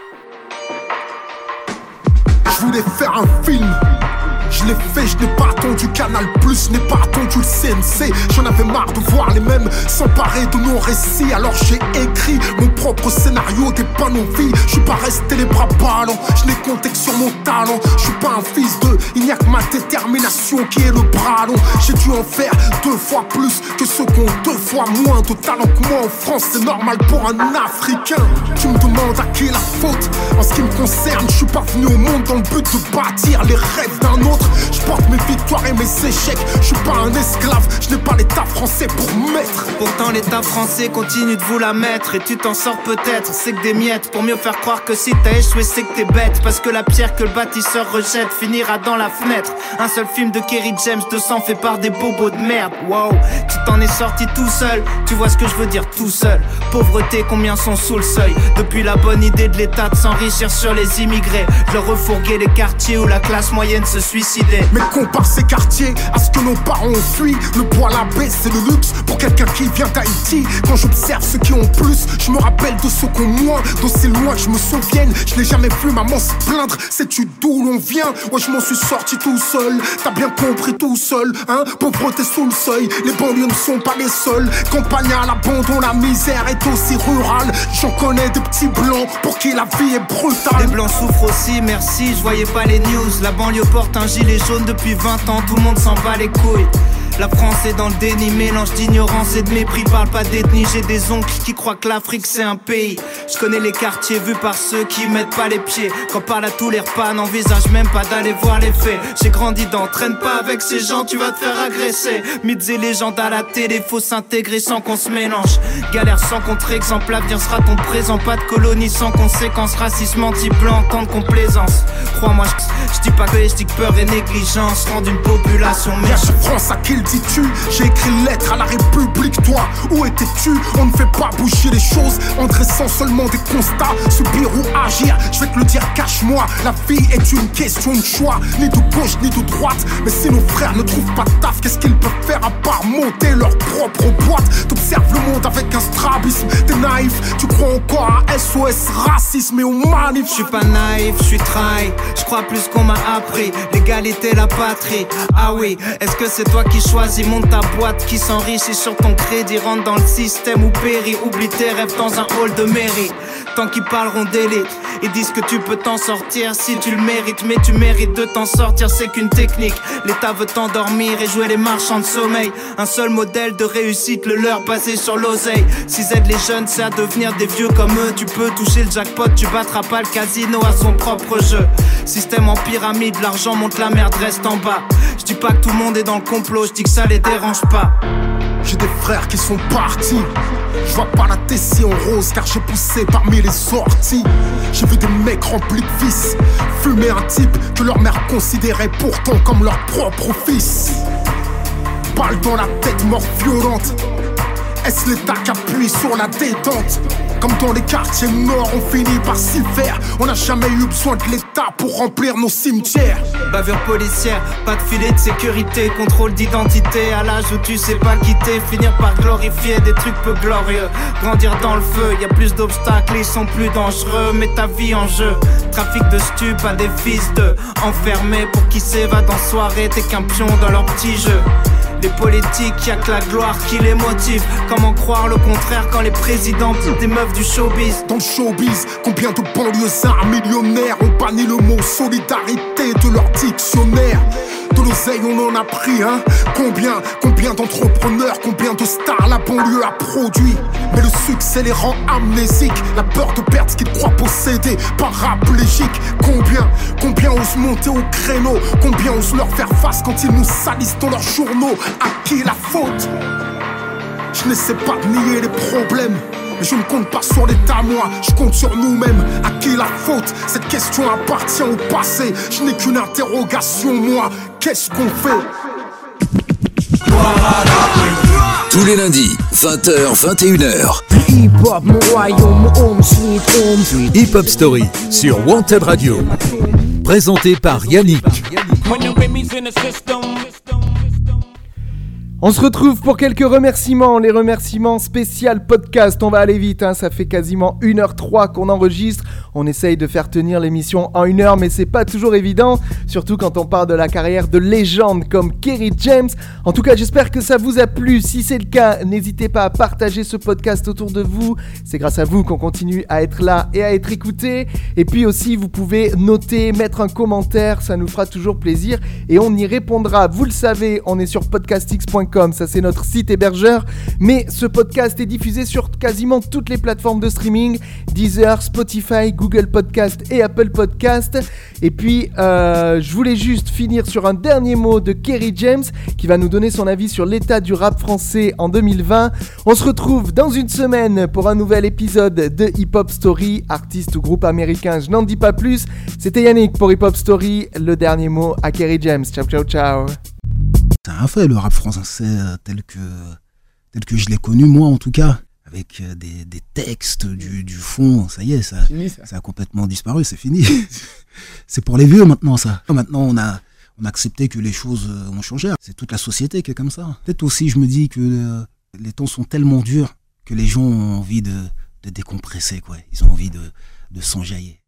Je voulais faire un film. Je l'ai fait, je n'ai pas attendu Canal+, je n'ai pas attendu le CNC. J'en avais marre de voir les mêmes s'emparer de nos récits. Alors j'ai écrit mon propre scénario des pas nos vies. Je suis pas resté les bras ballants, je n'ai compté que sur mon talent. Je suis pas un fils de, il n'y a que ma détermination qui est le bras long. J'ai dû en faire 2 fois plus que ceux qui ont 2 fois moins de talent que moi en France. C'est normal pour un Africain. Tu me demandes à qui la faute. En ce qui me concerne, je suis pas venu au monde dans le but de bâtir les rêves d'un autre. Je porte mes victoires et mes échecs. Je suis pas un esclave, je n'ai pas l'état français pour mettre. Pourtant l'état français continue de vous la mettre. Et tu t'en sors peut-être, c'est que des miettes. Pour mieux faire croire que si t'as échoué c'est que t'es bête. Parce que la pierre que le bâtisseur rejette finira dans la fenêtre. Un seul film de Kerry James 200 fait par des bobos de merde. Wow, tu t'en es sorti tout seul. Tu vois ce que je veux dire, tout seul. Pauvreté, combien sont sous le seuil. Depuis la bonne idée de l'état de s'enrichir sur les immigrés. Je leur refourguais les quartiers où la classe moyenne se suicide. Mais compare ces quartiers à ce que nos parents ont fui. Le poids la baisse, c'est le luxe pour quelqu'un qui vient d'Haïti. Quand j'observe ceux qui ont plus, je me rappelle de ceux qui ont moins. D'aussi loin que je me souvienne, je n'ai jamais vu maman se plaindre. Sais-tu d'où l'on vient? Ouais, je m'en suis sorti tout seul. T'as bien compris tout seul, hein? Pauvreté sous le seuil, les banlieues ne sont pas les seules. Campagne à l'abandon, la misère est aussi rurale. J'en connais des petits blancs pour qui la vie est brutale. Les blancs souffrent aussi, merci, je voyais pas les news. La banlieue porte un gilet jaune depuis 20 ans, tout le monde s'en bat les couilles. La France est dans le déni, mélange d'ignorance et de mépris. Parle pas d'ethnie, j'ai des oncles qui croient que l'Afrique c'est un pays. Je connais les quartiers vus par ceux qui mettent pas les pieds. Quand parle à tous les repas, n'envisage même pas d'aller voir les faits. J'ai grandi dans traîne pas avec ces gens, tu vas te faire agresser. Mythes et légendes à la télé, faut s'intégrer sans qu'on se mélange. Galère sans contre-exemple, l'avenir sera ton présent. Pas de colonie sans conséquences, racisme anti-blanc, tant de complaisance. Crois-moi, je dis pas que je dis que peur et négligence rendent une population méchante. France, à qui le dis-tu? J'ai écrit une lettre à la République, toi, où étais-tu? On ne fait pas bouger les choses en dressant seulement des constats. Subir ou agir, je vais te le dire, cache-moi. La vie est une question de choix, ni de gauche ni de droite. Mais si nos frères ne trouvent pas de taf, qu'est-ce qu'ils peuvent faire à part monter leur propre boîte? T'observes le monde avec un strabisme, t'es naïf. Tu crois encore à SOS racisme et aux manifs. Je suis pas naïf, je suis trahi. Je crois plus qu'on m'a appris. L'égalité, la patrie. Ah oui, est-ce que c'est toi qui choisis? Monte ta boîte qui s'enrichit sur ton crédit. Rentre dans le système ou périt. Oublie tes rêves dans un hall de mairie. Tant qu'ils parleront d'élite, ils disent que tu peux t'en sortir si tu le mérites. Mais tu mérites de t'en sortir, c'est qu'une technique. L'État veut t'endormir et jouer les marchands de sommeil. Un seul modèle de réussite, le leur basé sur l'oseille. S'ils aident les jeunes, c'est à devenir des vieux comme eux. Tu peux toucher le jackpot, tu battras pas le casino à son propre jeu. Système en pyramide, l'argent monte, la merde reste en bas. Je dis pas que tout le monde est dans le complot, je dis que ça les dérange pas. J'ai des frères qui sont partis. Je vois pas la Tessie en rose car j'ai poussé parmi les sorties. J'ai vu des mecs remplis de vices fumer un type que leur mère considérait pourtant comme leur propre fils. Balle dans la tête, mort violente. Est-ce l'État qui appuie sur la détente? Comme dans les quartiers nord, on finit par s'y faire. On n'a jamais eu besoin de l'État pour remplir nos cimetières. Bavure policière, pas de filet de sécurité. Contrôle d'identité à l'âge où tu sais pas quitter. Finir par glorifier des trucs peu glorieux. Grandir dans le feu, y a plus d'obstacles, ils sont plus dangereux. Mets ta vie en jeu. Trafic de stupes à des fils de enfermés. Pour qui s'évade en soirée, t'es qu'un pion dans leur petit jeu. Les politiques, y'a que la gloire qui les motive. Comment croire le contraire quand les présidents pillent des meufs du showbiz? Dans le showbiz, combien de banlieusards millionnaires ont banni le mot solidarité de leur dictionnaire? De l'oseille on en a pris, hein? Combien d'entrepreneurs, combien de stars la banlieue a produit? Mais le succès les rend amnésiques. La peur de perdre ce qu'ils croient posséder, paraplégiques. Combien osent monter au créneau? Combien osent leur faire face quand ils nous salissent dans leurs journaux? À qui la faute? Je n'essaie pas de nier les problèmes, mais je ne compte pas sur l'État, moi, je compte sur nous-mêmes. À qui la faute? Cette question appartient au passé. Je n'ai qu'une interrogation, moi, qu'est-ce qu'on fait? Tous les lundis, 20h, 21h. Hip-hop, mon royaume, home sweet home. Hip-hop Story sur Wanted Radio. Présenté par Yannick. On se retrouve pour quelques remerciements, les remerciements spécial podcast. On va aller vite, hein, ça fait quasiment 1h03 qu'on enregistre. On essaye de faire tenir l'émission en 1 heure, mais c'est pas toujours évident, surtout quand on parle de la carrière de légendes comme Kerry James. En tout cas, j'espère que ça vous a plu. Si c'est le cas, n'hésitez pas à partager ce podcast autour de vous. C'est grâce à vous qu'on continue à être là et à être écouté. Et puis aussi, vous pouvez noter, mettre un commentaire, ça nous fera toujours plaisir et on y répondra. Vous le savez, on est sur podcastx.com, ça c'est notre site hébergeur, mais ce podcast est diffusé sur quasiment toutes les plateformes de streaming, Deezer, Spotify, Google Podcast et Apple Podcast. Et puis, je voulais juste finir sur un dernier mot de Kerry James qui va nous donner son avis sur l'état du rap français en 2020. On se retrouve dans une semaine pour un nouvel épisode de Hip Hop Story, artiste ou groupe américain, je n'en dis pas plus. C'était Yannick pour Hip Hop Story, le dernier mot à Kerry James. Ciao, ciao, ciao. C'est un fait le rap français tel que je l'ai connu moi en tout cas, avec des textes, du fond, ça y est, ça a complètement disparu, c'est fini. C'est pour les vieux maintenant ça. Maintenant on a accepté que les choses ont changé, c'est toute la société qui est comme ça. Peut-être aussi je me dis que les temps sont tellement durs que les gens ont envie de décompresser quoi, ils ont envie de s'enjailler.